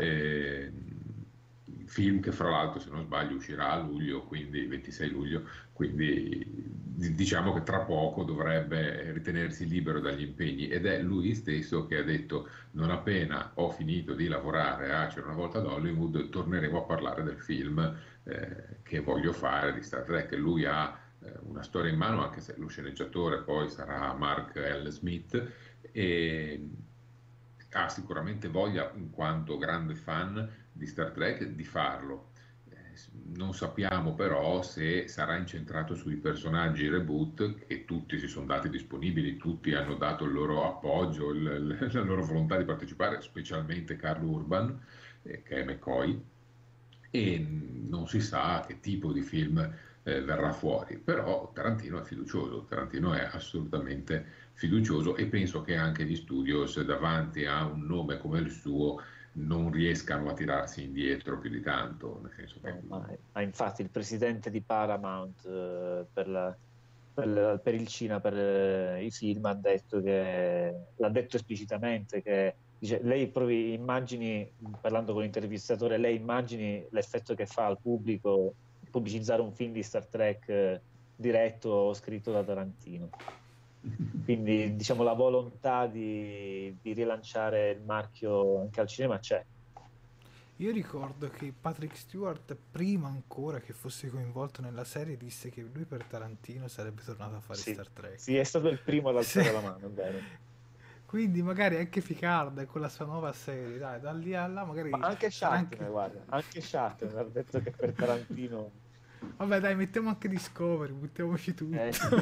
Film che fra l'altro, se non sbaglio, uscirà a luglio, quindi 26 luglio, quindi diciamo che tra poco dovrebbe ritenersi libero dagli impegni, ed è lui stesso che ha detto: non appena ho finito di lavorare a C'era una volta ad Hollywood torneremo a parlare del film che voglio fare di Star Trek. Lui ha una storia in mano, anche se lo sceneggiatore poi sarà Mark L. Smith, e ha sicuramente voglia, in quanto grande fan di Star Trek, di farlo. Non sappiamo però se sarà incentrato sui personaggi Reboot, che tutti si sono dati disponibili, tutti hanno dato il loro appoggio, la loro volontà di partecipare, specialmente Carl Urban, che è McCoy, e non si sa che tipo di film verrà fuori. Però Tarantino è fiducioso, Tarantino è assolutamente fiducioso, e penso che anche gli studios davanti a un nome come il suo non riescano a tirarsi indietro più di tanto, nel senso che... ma infatti il presidente di Paramount per il cinema, per i film, l'ha detto esplicitamente, che dice, lei proprio immagini, parlando con l'intervistatore, lei immagini l'effetto che fa al pubblico pubblicizzare un film di Star Trek diretto o scritto da Tarantino. Quindi diciamo la volontà di rilanciare il marchio anche al cinema c'è. Io ricordo che Patrick Stewart, prima ancora che fosse coinvolto nella serie, disse che lui per Tarantino sarebbe tornato a fare Star Trek. Sì, è stato il primo ad alzare la mano, bene. Quindi magari anche Picard con la sua nuova serie, dai, da lì a là magari... Ma anche Shatner, guarda, anche Shatner ha detto che per Tarantino... Vabbè dai, mettiamo anche Discovery, buttiamoci tutto.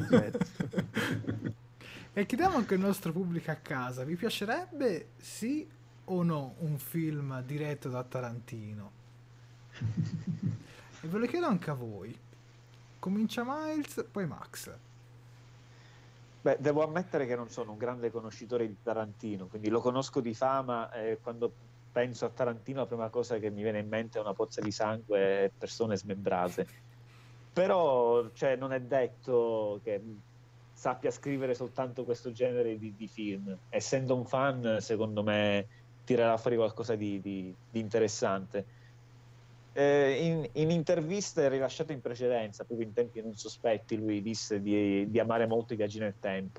E chiediamo anche al nostro pubblico a casa, vi piacerebbe sì o no un film diretto da Tarantino? E ve lo chiedo anche a voi. Comincia Miles, poi Max. Beh, devo ammettere che non sono un grande conoscitore di Tarantino, quindi lo conosco di fama, e quando penso a Tarantino la prima cosa che mi viene in mente è una pozza di sangue e persone smembrate. Però non è detto che sappia scrivere soltanto questo genere di film. Essendo un fan, secondo me tirerà fuori qualcosa di interessante. In interviste rilasciate in precedenza, proprio in tempi non sospetti, lui disse di amare molto i viaggi nel tempo,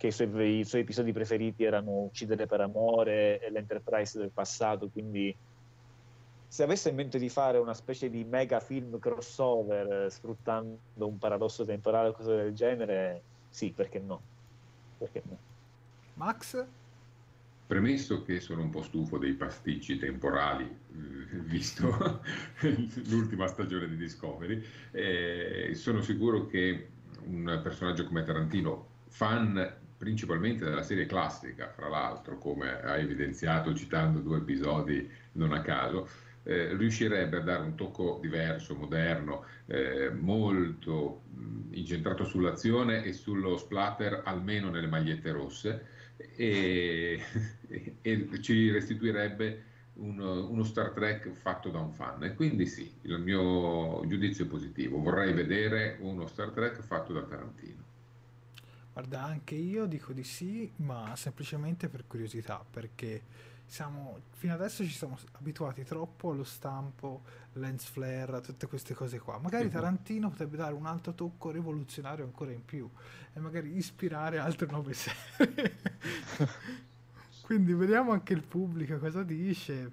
che i suoi episodi preferiti erano Uccidere per amore e l'Enterprise del passato, quindi se avesse in mente di fare una specie di mega film crossover sfruttando un paradosso temporale o cose del genere, sì, perché no? Perché no? Max? Premesso che sono un po' stufo dei pasticci temporali, visto l'ultima stagione di Discovery, sono sicuro che un personaggio come Tarantino, fan principalmente della serie classica, fra l'altro, come ha evidenziato citando 2 episodi non a caso, riuscirebbe a dare un tocco diverso, moderno, molto incentrato sull'azione e sullo splatter, almeno nelle magliette rosse, e ci restituirebbe uno Star Trek fatto da un fan. E quindi sì, il mio giudizio è positivo. Vorrei vedere uno Star Trek fatto da Tarantino. Guarda, anche io dico di sì, ma semplicemente per curiosità, perché fino adesso ci siamo abituati troppo allo stampo, lens flare, a tutte queste cose qua. Magari Tarantino potrebbe dare un altro tocco rivoluzionario ancora in più e magari ispirare altre nuove serie. Quindi vediamo anche il pubblico cosa dice.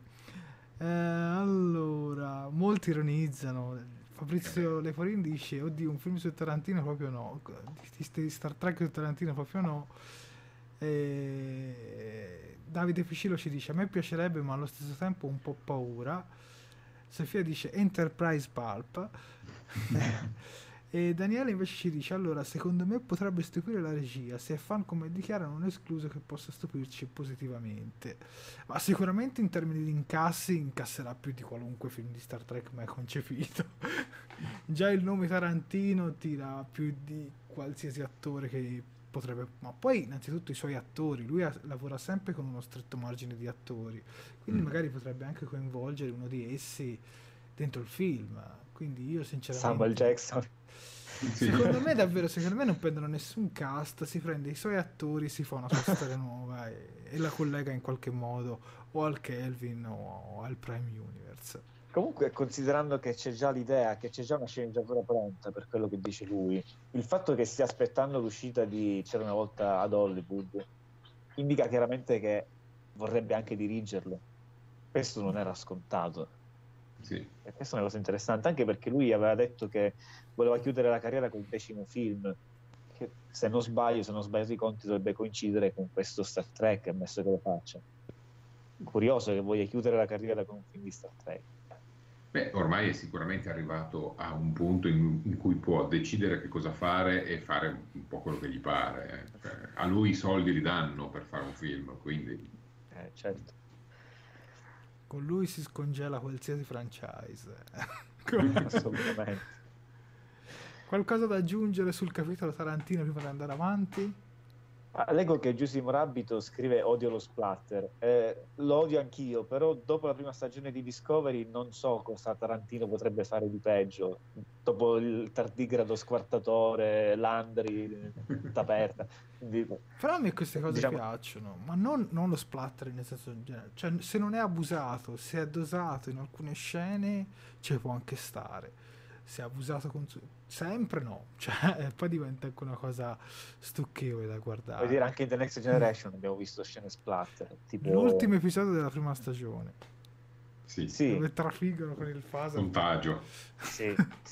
Allora, molti ironizzano. Fabrizio Leforin dice: oddio, un film su Tarantino proprio no, di Star Trek su Tarantino proprio no. Davide Ficillo ci dice: a me piacerebbe, ma allo stesso tempo un po' paura. Sofia dice Enterprise Pulp. E Daniele invece ci dice: allora, secondo me potrebbe stupire la regia, se è fan come dichiara non è escluso che possa stupirci positivamente, ma sicuramente in termini di incassi incasserà più di qualunque film di Star Trek mai concepito. Già il nome Tarantino tira più di qualsiasi attore che potrebbe, ma poi innanzitutto i suoi attori, lui lavora sempre con uno stretto margine di attori, quindi magari potrebbe anche coinvolgere uno di essi dentro il film. Quindi io sinceramente Samuel Jackson, secondo me non prendono nessun cast, si prende i suoi attori, si fa una sua storia nuova e la collega in qualche modo o al Kelvin o al Prime Universe. comunque, considerando che c'è già l'idea, che c'è già una sceneggiatura pronta per quello che dice lui, il fatto che stia aspettando l'uscita di C'era una volta ad Hollywood indica chiaramente che vorrebbe anche dirigerlo. Questo non era scontato. Sì. E questa è una cosa interessante, anche perché lui aveva detto che voleva chiudere la carriera col 10° film, che se non sbaglio i conti dovrebbe coincidere con questo Star Trek, ammesso che lo faccia. Curioso che voglia chiudere la carriera con un film di Star Trek. Beh, ormai è sicuramente arrivato a un punto in cui può decidere che cosa fare e fare un po' quello che gli pare. A lui i soldi li danno per fare un film, quindi... Certo. Con lui si scongela qualsiasi franchise. Assolutamente. Qualcosa da aggiungere sul capitolo Tarantino prima di andare avanti? Leggo che Giusy Morabito scrive: odio lo splatter. Lo odio anch'io, però dopo la prima stagione di Discovery non so cosa Tarantino potrebbe fare di peggio, dopo il tardigrado squartatore, Landry, aperta. Quindi, però a me queste cose diciamo, piacciono, ma non lo splatter nel senso generale. Cioè, se non è abusato, se è dosato in alcune scene ci può anche stare. Se è abusato sempre no, cioè poi diventa anche una cosa stucchevole da guardare. Vuol dire, anche in The Next Generation abbiamo visto scene splatter, tipo l'ultimo episodio della prima stagione, sì. dove trafiggono con il phaser. Contagio. Sì.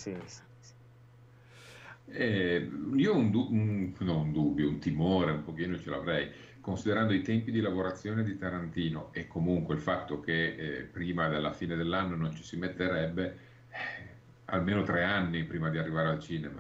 Io ho un timore, un pochino ce l'avrei, considerando i tempi di lavorazione di Tarantino e comunque il fatto che prima della fine dell'anno non ci si metterebbe, almeno 3 anni prima di arrivare al cinema.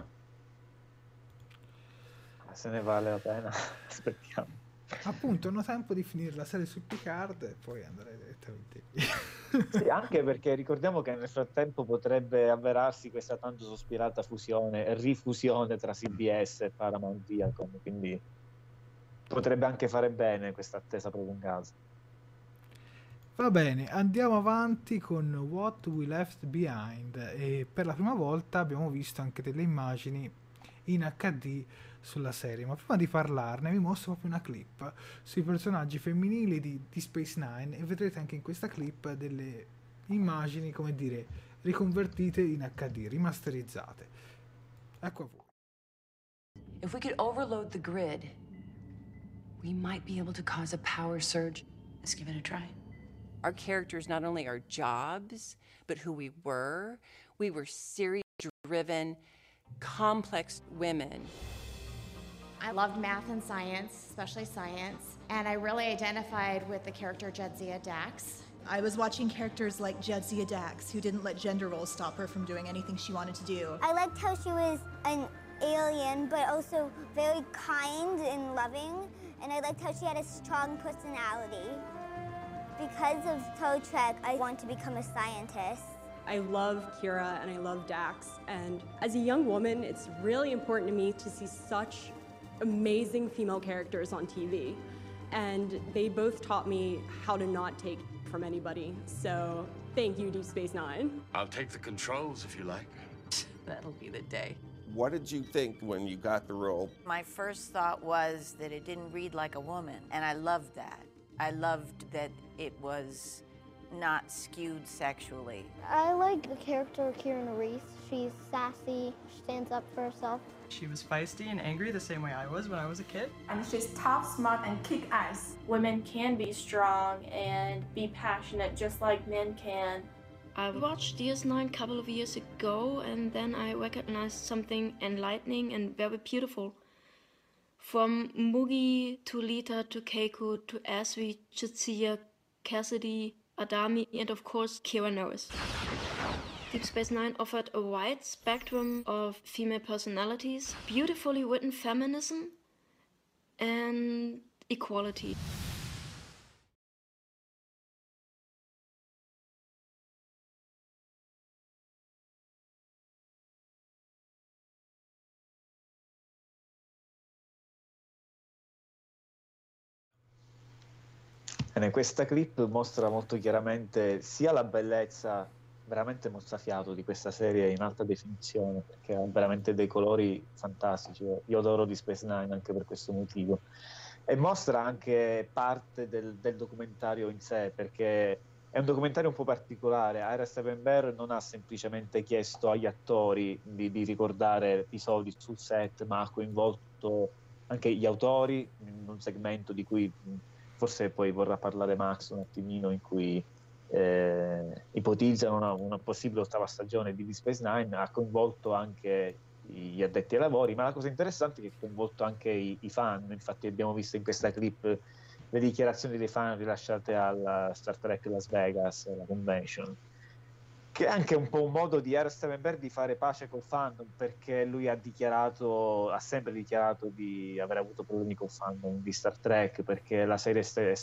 Se ne vale la pena, aspettiamo. Appunto, hanno tempo di finire la serie su Picard e poi andare direttamente via. Sì, anche perché ricordiamo che nel frattempo potrebbe avverarsi questa tanto sospirata rifusione tra CBS e Paramount Viacom, quindi potrebbe anche fare bene questa attesa prolungata. Va bene, andiamo avanti con What We Left Behind e per la prima volta abbiamo visto anche delle immagini in HD sulla serie, ma prima di parlarne vi mostro proprio una clip sui personaggi femminili di Space Nine e vedrete anche in questa clip delle immagini, come dire, riconvertite in HD, rimasterizzate. Ecco a voi. If we could overload the grid, we might be able to cause a power surge. Let's give it a try. Our characters, not only our jobs, but who we were. We were series-driven, complex women. I loved math and science, especially science, and I really identified with the character Jadzia Dax. I was watching characters like Jadzia Dax, who didn't let gender roles stop her from doing anything she wanted to do. I liked how she was an alien, but also very kind and loving, and I liked how she had a strong personality. Because of Star Trek, I want to become a scientist. I love Kira and I love Dax, and as a young woman, it's really important to me to see such amazing female characters on TV, and they both taught me how to not take from anybody, so thank you, Deep Space Nine. I'll take the controls if you like. That'll be the day. What did you think when you got the role? My first thought was that it didn't read like a woman, and I loved that. I loved that it was not skewed sexually. I like the character Kira Reese. She's sassy, she stands up for herself. She was feisty and angry the same way I was when I was a kid. And she's tough, smart, and kick-ass. Women can be strong and be passionate just like men can. I watched DS9 a couple of years ago, and then I recognized something enlightening and very beautiful. From Mugi to Lita to Keiko to Asri, Jadzia, Cassidy, Adami, and of course Kira Nerys. Deep Space Nine offered a wide spectrum of female personalities, beautifully written feminism, and equality. Questa clip mostra molto chiaramente sia la bellezza veramente mozzafiato di questa serie in alta definizione, perché ha veramente dei colori fantastici. Io adoro Deep Space Nine anche per questo motivo, e mostra anche parte del documentario in sé, perché è un documentario un po' particolare. Ira Steven Behr non ha semplicemente chiesto agli attori di ricordare episodi sul set, ma ha coinvolto anche gli autori in un segmento di cui forse poi vorrà parlare Max un attimino, in cui ipotizzano una possibile ottava stagione di Deep Space Nine. Ha coinvolto anche gli addetti ai lavori, ma la cosa interessante è che ha coinvolto anche i fan. Infatti abbiamo visto in questa clip le dichiarazioni dei fan rilasciate alla Star Trek Las Vegas, la convention, che è anche un po' un modo di Ira Steven Behr di fare pace col fandom, perché lui ha sempre dichiarato di aver avuto problemi col fandom di Star Trek, perché la serie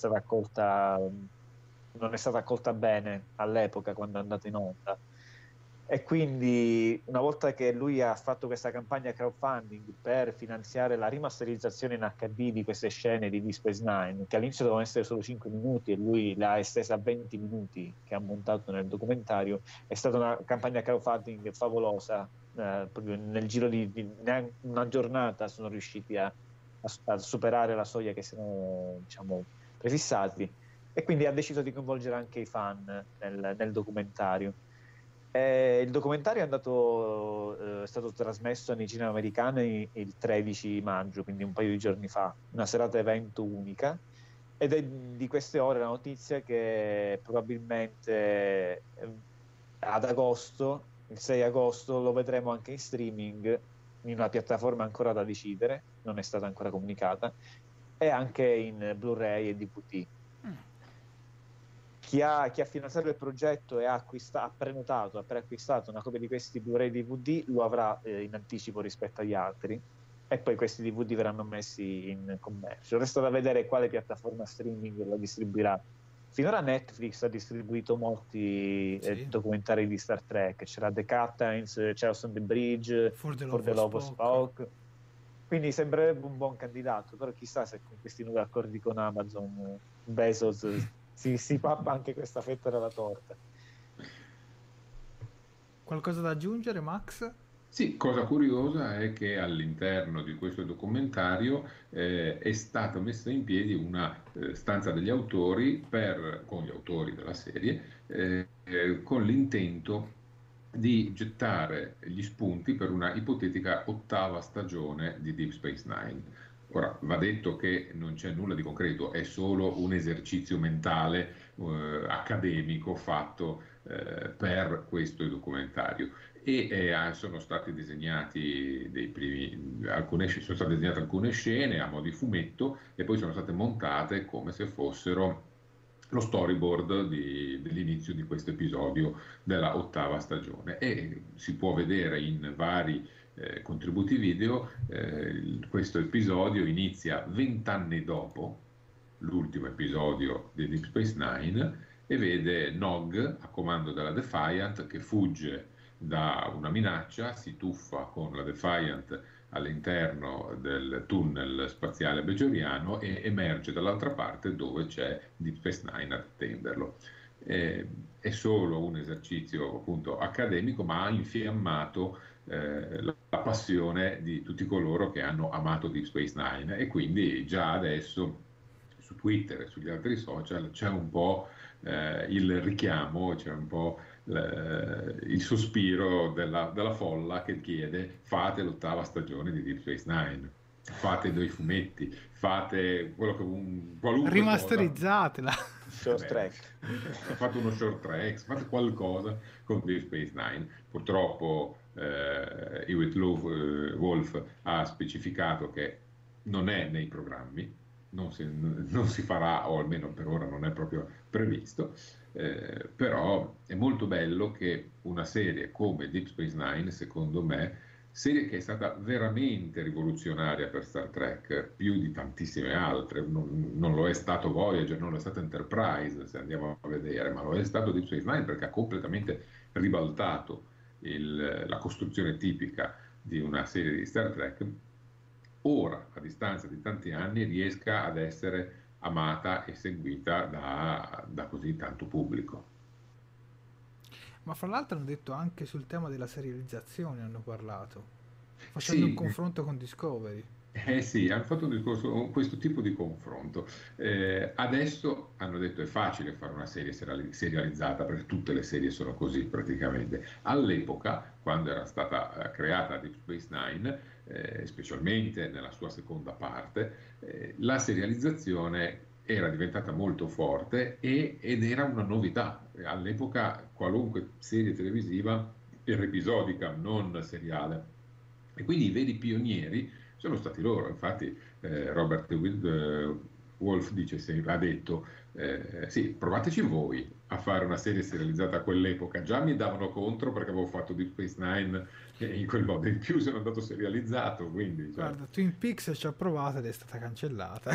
non è stata accolta bene all'epoca quando è andata in onda, e quindi una volta che lui ha fatto questa campagna crowdfunding per finanziare la rimasterizzazione in HD di queste scene di Deep Space Nine, che all'inizio dovevano essere solo 5 minuti e lui l'ha estesa a 20 minuti che ha montato nel documentario, è stata una campagna crowdfunding favolosa. Proprio nel giro di una giornata sono riusciti a superare la soglia che si erano, diciamo, prefissati, e quindi ha deciso di coinvolgere anche i fan nel documentario. Il documentario è stato trasmesso nei cinema americani il 13 maggio, quindi un paio di giorni fa, una serata evento unica, ed è di queste ore la notizia che probabilmente ad agosto, il 6 agosto, lo vedremo anche in streaming, in una piattaforma ancora da decidere, non è stata ancora comunicata, e anche in Blu-ray e DVD. Chi ha finanziato il progetto e ha preacquistato una copia di questi Blu-ray DVD lo avrà in anticipo rispetto agli altri, e poi questi DVD verranno messi in commercio. Resta da vedere quale piattaforma streaming lo distribuirà. Finora Netflix ha distribuito molti documentari di Star Trek. C'era The Captains, Charles on the Bridge, For the Love of Spock. Quindi sembrerebbe un buon candidato, però chissà se con questi nuovi accordi con Amazon Bezos si pappa anche questa fetta della torta. Qualcosa da aggiungere, Max? Sì, cosa curiosa è che all'interno di questo documentario è stata messa in piedi una stanza degli autori con gli autori della serie, con l'intento di gettare gli spunti per una ipotetica ottava stagione di Deep Space Nine. Ora, va detto che non c'è nulla di concreto, è solo un esercizio mentale accademico fatto per questo documentario. E sono stati disegnati sono state disegnate alcune scene a mo' di fumetto e poi sono state montate come se fossero lo storyboard dell'inizio di questo episodio della 8ª stagione, e si può vedere in vari contributi video. Questo episodio inizia 20 anni dopo l'ultimo episodio di Deep Space Nine e vede Nog a comando della Defiant che fugge da una minaccia, si tuffa con la Defiant all'interno del tunnel spaziale bejoriano e emerge dall'altra parte dove c'è Deep Space Nine ad attenderlo. È solo un esercizio appunto accademico, ma ha infiammato la passione di tutti coloro che hanno amato Deep Space Nine, e quindi già adesso su Twitter e sugli altri social c'è un po' il richiamo, c'è un po' il sospiro della folla che chiede: fate l'8ª stagione di Deep Space Nine, fate dei fumetti, fate quello che qualunque rimasterizzatela. Short track. Fate uno short track, fate qualcosa con Deep Space Nine. Purtroppo Hewitt Wolf ha specificato che non è nei programmi, non si farà, o almeno per ora non è proprio previsto, però è molto bello che una serie come Deep Space Nine, secondo me, serie che è stata veramente rivoluzionaria per Star Trek, più di tantissime altre, non lo è stato Voyager, non lo è stato Enterprise, se andiamo a vedere, ma lo è stato Deep Space Nine perché ha completamente ribaltato la costruzione tipica di una serie di Star Trek. Ora, a distanza di tanti anni, riesca ad essere amata e seguita da così tanto pubblico. Ma fra l'altro hanno detto anche sul tema della serializzazione, hanno parlato, facendo un confronto con Discovery. Sì, hanno fatto un discorso, questo tipo di confronto. Adesso hanno detto è facile fare una serie serializzata, perché tutte le serie sono così praticamente. All'epoca, quando era stata creata Deep Space Nine, specialmente nella sua seconda parte, la serializzazione era diventata molto forte ed era una novità. All'epoca qualunque serie televisiva era episodica, non seriale, e quindi i veri pionieri sono stati loro. Infatti Robert Wolf ha detto sì, provateci voi a fare una serie serializzata a quell'epoca, già mi davano contro perché avevo fatto Deep Space Nine in quel modo, in più sono andato serializzato, quindi guarda, Twin Peaks ci ha provato ed è stata cancellata,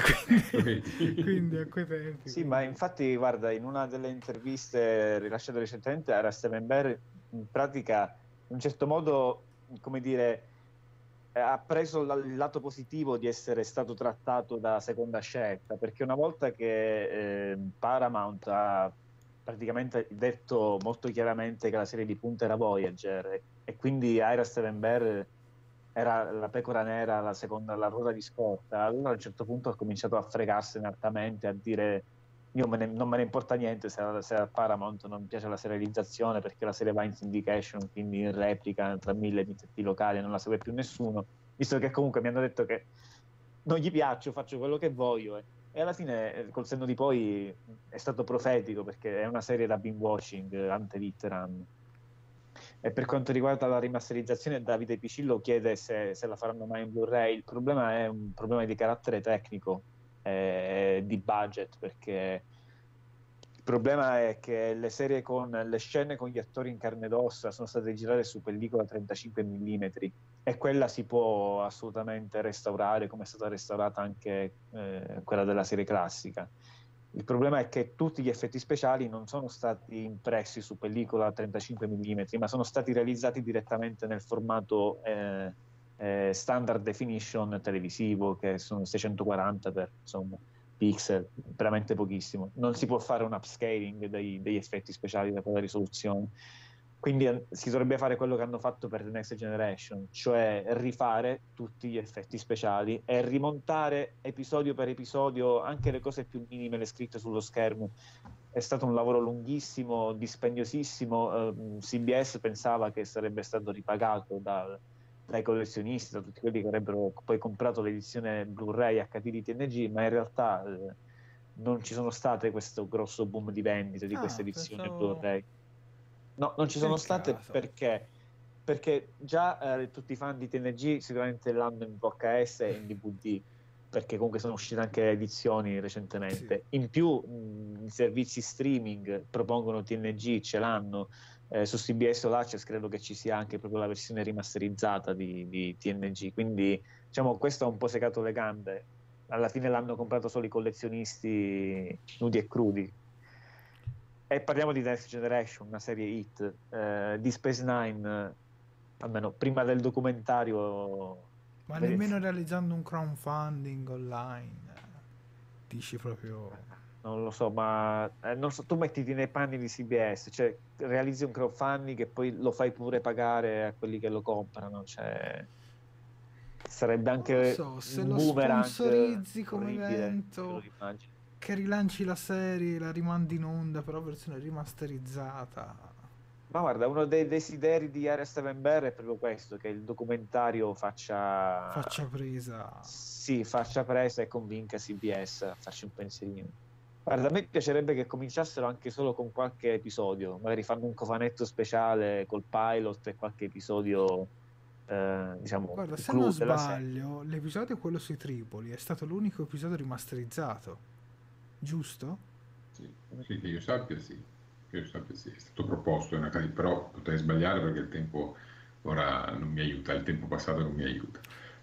quindi a quei tempi. Sì, ma infatti guarda, in una delle interviste rilasciate recentemente era Steven Behr, in pratica in un certo modo, come dire, ha preso il lato positivo di essere stato trattato da seconda scelta, perché una volta che Paramount ha praticamente detto molto chiaramente che la serie di punta era Voyager, e quindi Ira Steven Behr era la pecora nera, la ruota di scorta, allora a un certo punto ha cominciato a fregarsene altamente, a dire non me ne importa niente se a Paramount non piace la serializzazione, perché la serie va in syndication, quindi in replica tra 1000 emittenti locali, non la segue più nessuno, visto che comunque mi hanno detto che non gli piaccio, faccio quello che voglio, e alla fine col senno di poi è stato profetico, perché è una serie da binge watching ante litteram. E per quanto riguarda la rimasterizzazione, Davide Picillo chiede se la faranno mai in Blu-ray. Il problema è un problema di carattere tecnico, di budget, perché il problema è che le serie con le scene con gli attori in carne ed ossa sono state girate su pellicola 35 mm, e quella si può assolutamente restaurare, come è stata restaurata anche quella della serie classica. Il problema è che tutti gli effetti speciali non sono stati impressi su pellicola 35 mm, ma sono stati realizzati direttamente nel formato standard definition televisivo, che sono 640 per pixel, veramente pochissimo. Non si può fare un upscaling degli effetti speciali da quella risoluzione, quindi si dovrebbe fare quello che hanno fatto per The Next Generation, cioè rifare tutti gli effetti speciali e rimontare episodio per episodio anche le cose più minime, le scritte sullo schermo. È stato un lavoro lunghissimo, dispendiosissimo. CBS pensava che sarebbe stato ripagato dai collezionisti, da tutti quelli che avrebbero poi comprato l'edizione Blu-ray HD di TNG, ma in realtà non ci sono state questo grosso boom di vendite di questa edizione Blu-ray. No, non ci sono state perché già tutti i fan di TNG sicuramente l'hanno in VHS e in DVD, perché comunque sono uscite anche edizioni recentemente. Sì. In più i servizi streaming propongono TNG, ce l'hanno. Su CBS o Access credo che ci sia anche proprio la versione rimasterizzata di TNG, quindi diciamo questo ha un po' secato le gambe. Alla fine l'hanno comprato solo i collezionisti nudi e crudi. E parliamo di Next Generation, una serie hit. Di Space Nine, almeno prima del documentario, ma nemmeno realizzando un crowdfunding online, dici proprio... Non lo so, ma non so, tu mettiti nei panni di CBS, cioè realizzi un crowdfunding e poi lo fai pure pagare a quelli che lo comprano, cioè sarebbe anche se un lo boomerang sponsorizzi come orribile, evento, che rilanci la serie, la rimandi in onda però versione rimasterizzata. Ma guarda, uno dei desideri di Area 7 Bear è proprio questo, che il documentario faccia presa. Sì, faccia presa e convinca CBS a farci un pensierino. Guarda, a me piacerebbe che cominciassero anche solo con qualche episodio, magari fanno un cofanetto speciale col pilot e qualche episodio, diciamo. Guarda, se non sbaglio, l'episodio quello sui Tripoli è stato l'unico episodio rimasterizzato, giusto? Sì, che io sappia sì. È stato proposto, però potrei sbagliare perché il tempo ora non mi aiuta, il tempo passato non mi aiuta.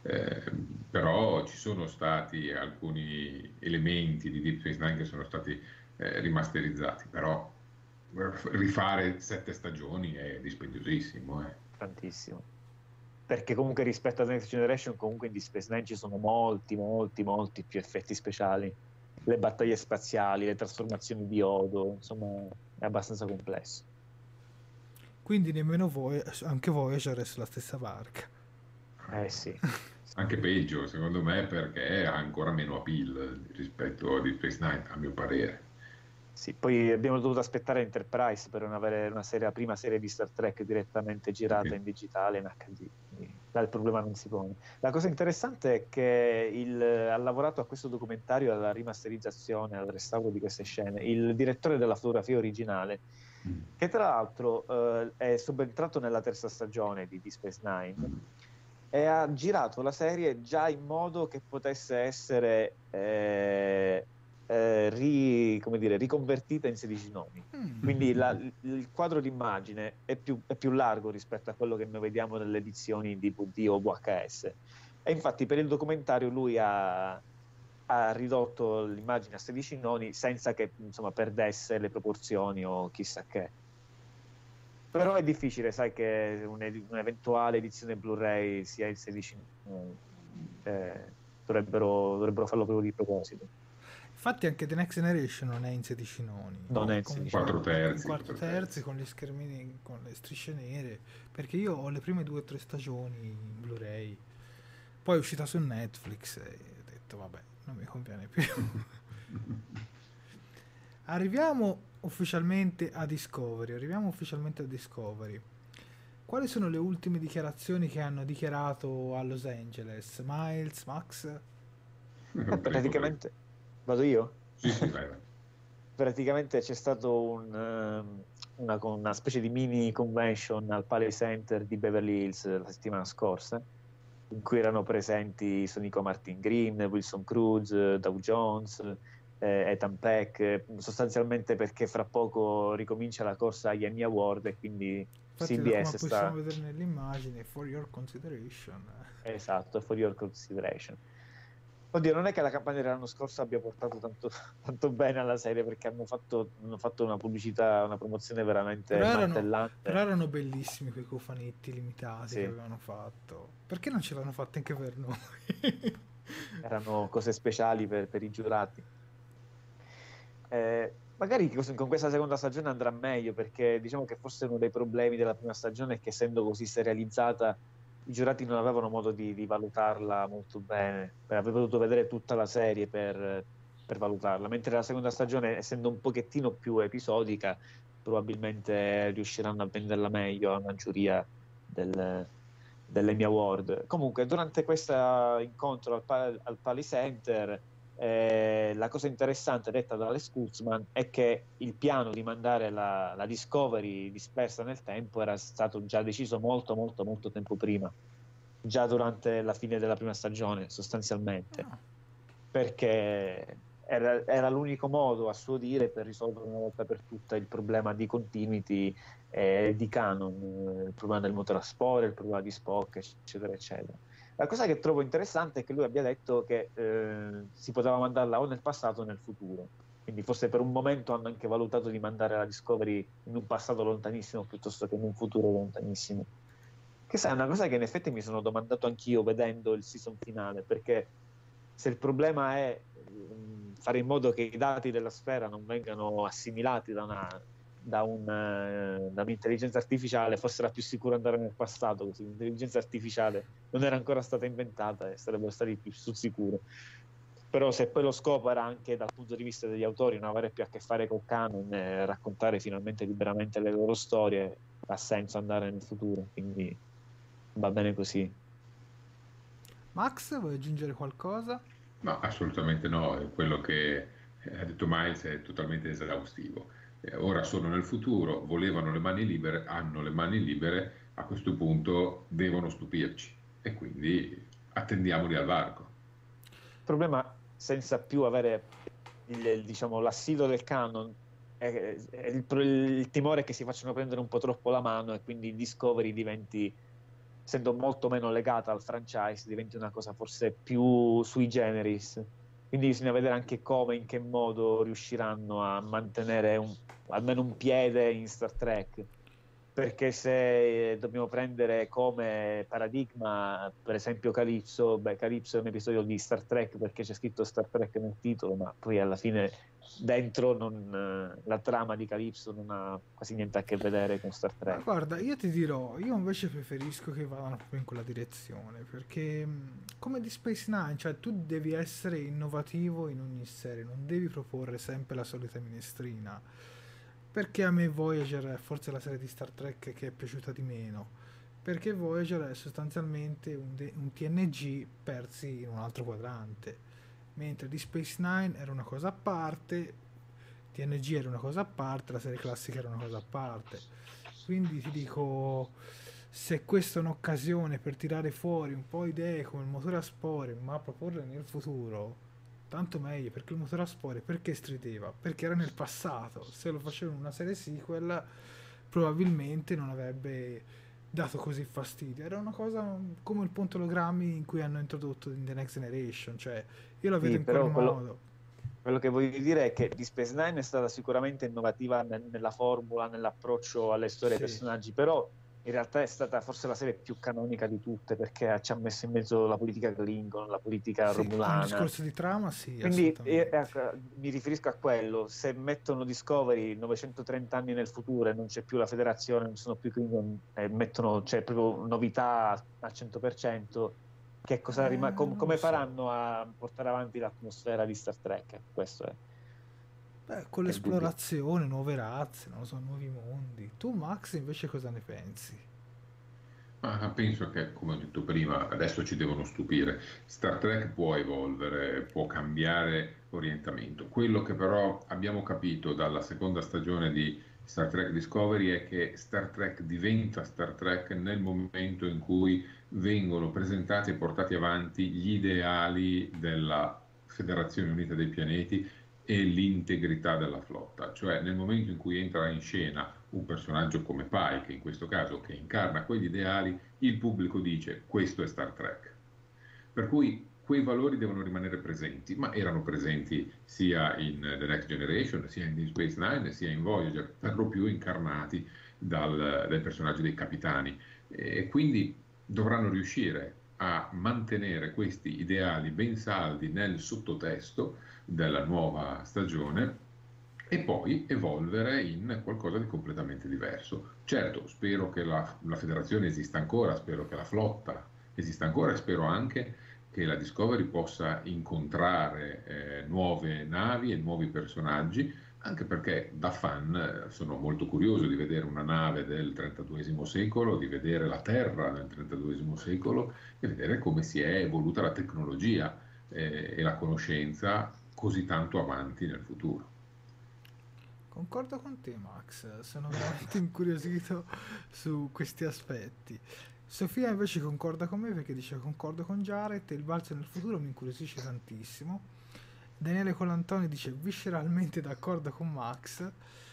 Però ci sono stati alcuni elementi di Deep Space Nine che sono stati rimasterizzati, però rifare 7 stagioni è dispendiosissimo. Tantissimo. Perché comunque rispetto a Next Generation comunque in Deep Space Nine ci sono molti più effetti speciali. Le battaglie spaziali, le trasformazioni di Odo, insomma è abbastanza complesso. Quindi nemmeno voi, anche Voyager è sulla stessa barca. Sì. Anche peggio, secondo me, perché ha ancora meno appeal rispetto a Deep Space Nine, a mio parere. Sì, poi abbiamo dovuto aspettare Enterprise per non avere la prima serie di Star Trek direttamente girata in digitale, in HD. Il problema non si pone. La cosa interessante è che ha lavorato a questo documentario, alla rimasterizzazione, al restauro di queste scene, il direttore della fotografia originale, che tra l'altro è subentrato nella terza stagione di Deep Space Nine e ha girato la serie già in modo che potesse essere riconvertita in 16 noni. Quindi il quadro d'immagine è più largo rispetto a quello che noi vediamo nelle edizioni DVD o VHS, e infatti per il documentario lui ha ridotto l'immagine a 16 noni senza che insomma perdesse le proporzioni o chissà che. Però è difficile, sai, che un'eventuale edizione Blu-ray sia in 16 noni. Dovrebbero farlo proprio di proposito. Infatti anche The Next Generation non è in 16 noni, non è in 4 terzi, 4 terzi con gli schermini, con le strisce nere, perché io ho le prime 2 o 3 stagioni in Blu-ray, poi è uscita su Netflix e ho detto vabbè, non mi conviene più. Arriviamo ufficialmente a Discovery. Quali sono le ultime dichiarazioni che hanno dichiarato a Los Angeles? Miles, Max? Praticamente vado io? Sì, vai. Praticamente c'è stato una specie di mini convention al Palais Center di Beverly Hills la settimana scorsa, in cui erano presenti Sonico Martin Green, Wilson Cruz, Dow Jones, Ethan Peck, sostanzialmente perché fra poco ricomincia la corsa agli Emmy Award e quindi infatti CBS come possiamo vedere nelle immagini, for your consideration. Esatto, for your consideration. Oddio, non è che la campagna dell'anno scorso abbia portato tanto bene alla serie, perché hanno fatto una pubblicità, una promozione veramente martellante. Però erano bellissimi quei cofanetti limitati che avevano fatto. Perché non ce l'hanno fatta anche per noi? Erano cose speciali per i giurati. Magari con questa seconda stagione andrà meglio, perché diciamo che forse uno dei problemi della prima stagione è che, essendo così serializzata, i giurati non avevano modo di valutarla molto bene, avrebbero dovuto vedere tutta la serie per valutarla, mentre la seconda stagione, essendo un pochettino più episodica, probabilmente riusciranno a venderla meglio a una giuria dell'Emmy Award. Comunque, durante questo incontro al Pali Center, la cosa interessante detta da Alex Kurtzman è che il piano di mandare la Discovery dispersa nel tempo era stato già deciso molto tempo prima, già durante la fine della prima stagione sostanzialmente, perché era l'unico modo, a suo dire, per risolvere una volta per tutte il problema di continuity di canon, il problema del motore a spore, il problema di Spock, eccetera eccetera. La cosa che trovo interessante è che lui abbia detto che si poteva mandarla o nel passato o nel futuro, quindi forse per un momento hanno anche valutato di mandare la Discovery in un passato lontanissimo piuttosto che in un futuro lontanissimo, che è una cosa che in effetti mi sono domandato anch'io vedendo il season finale, perché se il problema è fare in modo che i dati della sfera non vengano assimilati da un'intelligenza artificiale, forse era più sicuro andare nel passato, così l'intelligenza artificiale non era ancora stata inventata e sarebbero stati più sul sicuro. Però se poi lo scopo era anche dal punto di vista degli autori non avere più a che fare col canon e raccontare finalmente liberamente le loro storie, ha senso andare nel futuro, quindi va bene così. Max, vuoi aggiungere qualcosa? No, assolutamente no, quello che ha detto Miles è totalmente esaustivo. Ora sono nel futuro, volevano le mani libere, hanno le mani libere, a questo punto devono stupirci e quindi attendiamoli al varco. Il problema, senza più avere diciamo, l'assillo del canon, è il timore che si facciano prendere un po' troppo la mano e quindi Discovery diventi, essendo molto meno legata al franchise, diventi una cosa forse più sui generis. Quindi bisogna vedere anche come, in che modo riusciranno a mantenere almeno un piede in Star Trek, perché se dobbiamo prendere come paradigma per esempio Calypso, Calypso è un episodio di Star Trek perché c'è scritto Star Trek nel titolo, ma poi alla fine dentro la trama di Calypso non ha quasi niente a che vedere con Star Trek. Guarda, io ti dirò, io invece preferisco che vadano proprio in quella direzione, perché come di Space Nine, cioè tu devi essere innovativo in ogni serie, non devi proporre sempre la solita minestrina, perché a me Voyager è forse la serie di Star Trek che è piaciuta di meno, perché Voyager è sostanzialmente un TNG persi in un altro quadrante, mentre di Space Nine era una cosa a parte, TNG era una cosa a parte, la serie classica era una cosa a parte. Quindi ti dico, se questa è un'occasione per tirare fuori un po' idee come il motore a spore, ma proporle nel futuro, tanto meglio, perché il motore a spore perché strideva? Perché era nel passato. Se lo facevano in una serie sequel probabilmente non avrebbe dato così fastidio. Era una cosa come il ponte ologrammi in cui hanno introdotto in The Next Generation, cioè io la vedo in quel modo. Quello che voglio dire è che Deep Space Nine è stata sicuramente innovativa nella formula, nell'approccio alle storie e ai personaggi, però in realtà è stata forse la serie più canonica di tutte, perché ci ha messo in mezzo la politica Klingon, la politica romulana. Il discorso di trama, sì. Quindi mi riferisco a quello, se mettono Discovery 930 anni nel futuro e non c'è più la federazione, non sono più Klingon, c'è proprio novità al 100%, che cosa come faranno a portare avanti l'atmosfera di Star Trek? Questo è. Con l'esplorazione, nuove razze, non lo so, nuovi mondi. Tu, Max, invece cosa ne pensi? Ma penso che, come ho detto prima, adesso ci devono stupire. Star Trek può evolvere, può cambiare orientamento. Quello che però abbiamo capito dalla seconda stagione di Star Trek Discovery è che Star Trek diventa Star Trek nel momento in cui vengono presentati e portati avanti gli ideali della Federazione Unita dei Pianeti e l'integrità della flotta, cioè nel momento in cui entra in scena un personaggio come Pike, in questo caso, che incarna quegli ideali, il pubblico dice questo è Star Trek. Per cui quei valori devono rimanere presenti, ma erano presenti sia in The Next Generation, sia in Deep Space Nine, sia in Voyager, per lo più incarnati dai personaggi dei capitani, e quindi dovranno riuscire a mantenere questi ideali ben saldi nel sottotesto della nuova stagione e poi evolvere in qualcosa di completamente diverso. Certo, spero che la federazione esista ancora, spero che la flotta esista ancora e spero anche che la Discovery possa incontrare nuove navi e nuovi personaggi, Anche perché da fan sono molto curioso di vedere una nave del 32esimo secolo, di vedere la Terra nel 32esimo secolo e vedere come si è evoluta la tecnologia e la conoscenza così tanto avanti nel futuro. Concordo con te, Max, sono veramente incuriosito su questi aspetti. Sofia invece concorda con me perché dice concordo con Jared, il balzo nel futuro mi incuriosisce tantissimo. Daniele Colantoni dice visceralmente d'accordo con Max.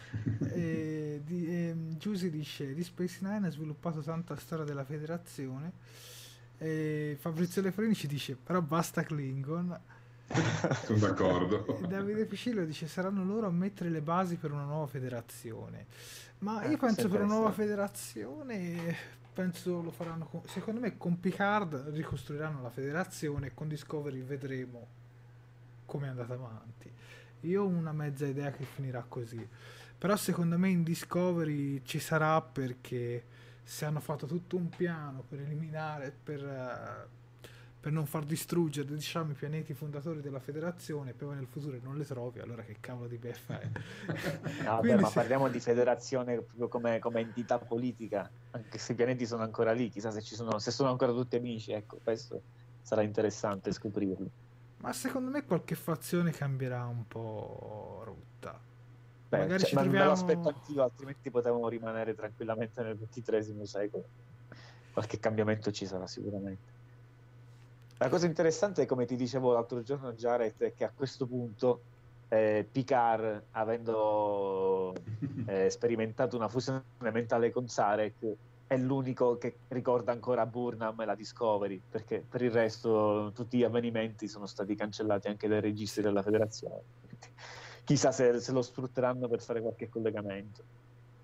Giusy dice di Space Nine ha sviluppato tanta storia della federazione. Fabrizio Lefrini ci dice però basta Klingon. Sono d'accordo. Davide Picillo dice saranno loro a mettere le basi per una nuova federazione, ma io penso per una nuova federazione penso lo faranno secondo me con Picard ricostruiranno la federazione e con Discovery vedremo come è andata avanti. Io ho una mezza idea che finirà così, però secondo me in Discovery ci sarà, perché se hanno fatto tutto un piano per eliminare per non far distruggere, diciamo, i pianeti fondatori della federazione, e poi nel futuro non le trovi, allora che cavolo di beffa è? No, vabbè, ma parliamo di federazione proprio come entità politica, anche se i pianeti sono ancora lì, chissà se sono ancora tutti amici, ecco, questo sarà interessante scoprirlo. Ma secondo me qualche fazione cambierà un po' rotta. Beh, magari ci ma troviamo... me lo aspetto anch'io, altrimenti potevamo rimanere tranquillamente nel XXIII secolo. Qualche cambiamento ci sarà sicuramente. La cosa interessante è, come ti dicevo l'altro giorno, Jared, è che a questo punto Picard, avendo sperimentato una fusione mentale con Sarek, è l'unico che ricorda ancora Burnham e la Discovery, perché per il resto tutti gli avvenimenti sono stati cancellati anche dai registri della federazione. Chissà se lo sfrutteranno per fare qualche collegamento.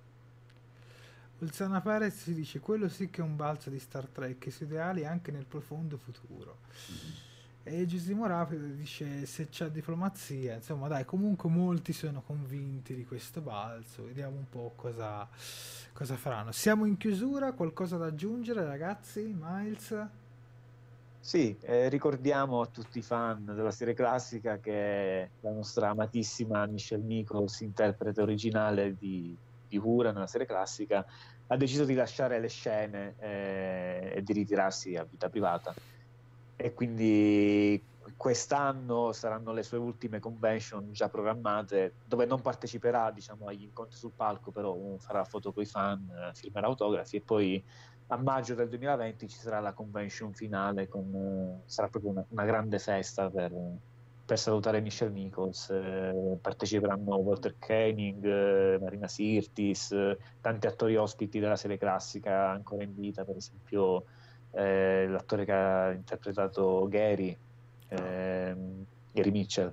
Ulzana Perez ci dice quello sì che è un balzo di Star Trek e su ideali anche nel profondo futuro. E Giusimo Rapido dice se c'è diplomazia, insomma dai, comunque molti sono convinti di questo balzo, vediamo un po' cosa faranno. Siamo in chiusura, qualcosa da aggiungere ragazzi? Miles? Sì, ricordiamo a tutti i fan della serie classica che la nostra amatissima Nichelle Nichols, interprete originale di Uhura nella serie classica, ha deciso di lasciare le scene e di ritirarsi a vita privata, e quindi quest'anno saranno le sue ultime convention già programmate, dove non parteciperà, diciamo, agli incontri sul palco, però farà foto con i fan, firmerà autografi, e poi a maggio del 2020 ci sarà la convention finale sarà proprio una grande festa per salutare Nichelle Nichols. Parteciperanno Walter Koenig, Marina Sirtis, tanti attori ospiti della serie classica ancora in vita, per esempio l'attore che ha interpretato Gary Mitchell,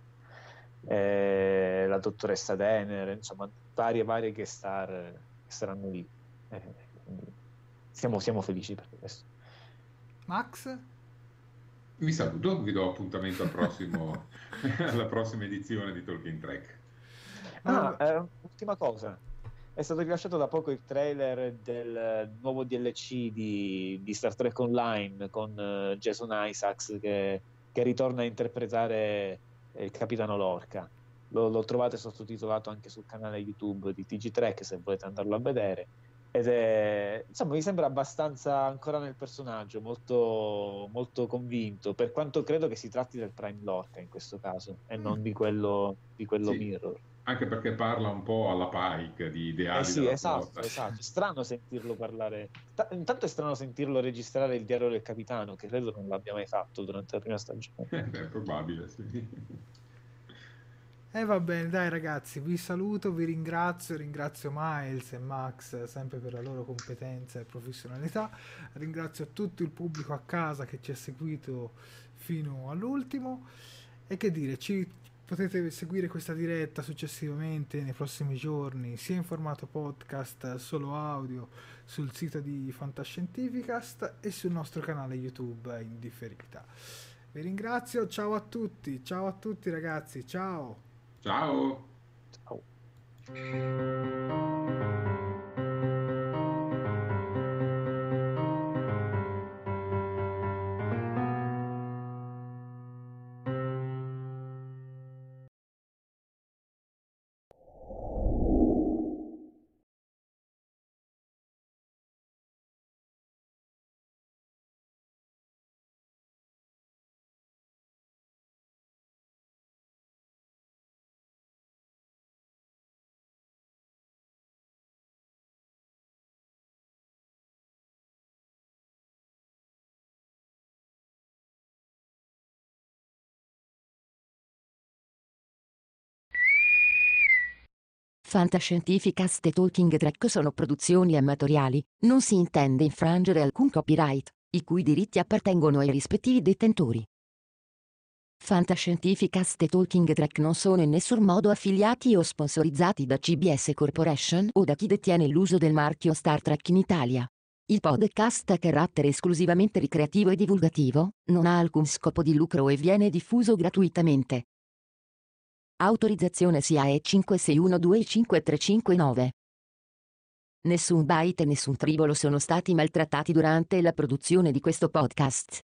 la dottoressa Denner, insomma varie guest star che saranno lì. Siamo felici per questo. Max? Vi saluto, vi do appuntamento alla prossima edizione di Talking Trek. Ultima cosa, è stato rilasciato da poco il trailer del nuovo DLC di Star Trek Online con Jason Isaacs che ritorna a interpretare il capitano Lorca. Lo trovate sottotitolato anche sul canale YouTube di TG Trek, se volete andarlo a vedere. Ed è, insomma, mi sembra abbastanza ancora nel personaggio, molto, molto convinto, per quanto credo che si tratti del Prime Lorca in questo caso e non di quello sì, Mirror. Anche perché parla un po' alla Pike di ideali sì, della esatto. flotta. È strano sentirlo parlare. Intanto è strano sentirlo registrare il diario del capitano, che credo non l'abbia mai fatto durante la prima stagione. È probabile, sì. Va bene, dai ragazzi, vi saluto, vi ringrazio Miles e Max sempre per la loro competenza e professionalità, ringrazio tutto il pubblico a casa che ci ha seguito fino all'ultimo, e che dire, potete seguire questa diretta successivamente nei prossimi giorni, sia in formato podcast, solo audio, sul sito di Fantascientificast e sul nostro canale YouTube in differita. Vi ringrazio, ciao a tutti ragazzi, ciao! Ciao! Fantascientificast e Talking Track sono produzioni amatoriali, non si intende infrangere alcun copyright, i cui diritti appartengono ai rispettivi detentori. Fantascientificast e Talking Track non sono in nessun modo affiliati o sponsorizzati da CBS Corporation o da chi detiene l'uso del marchio Star Trek in Italia. Il podcast ha carattere esclusivamente ricreativo e divulgativo, non ha alcun scopo di lucro e viene diffuso gratuitamente. Autorizzazione SIAE 56125359. Nessun byte e nessun tribolo sono stati maltrattati durante la produzione di questo podcast.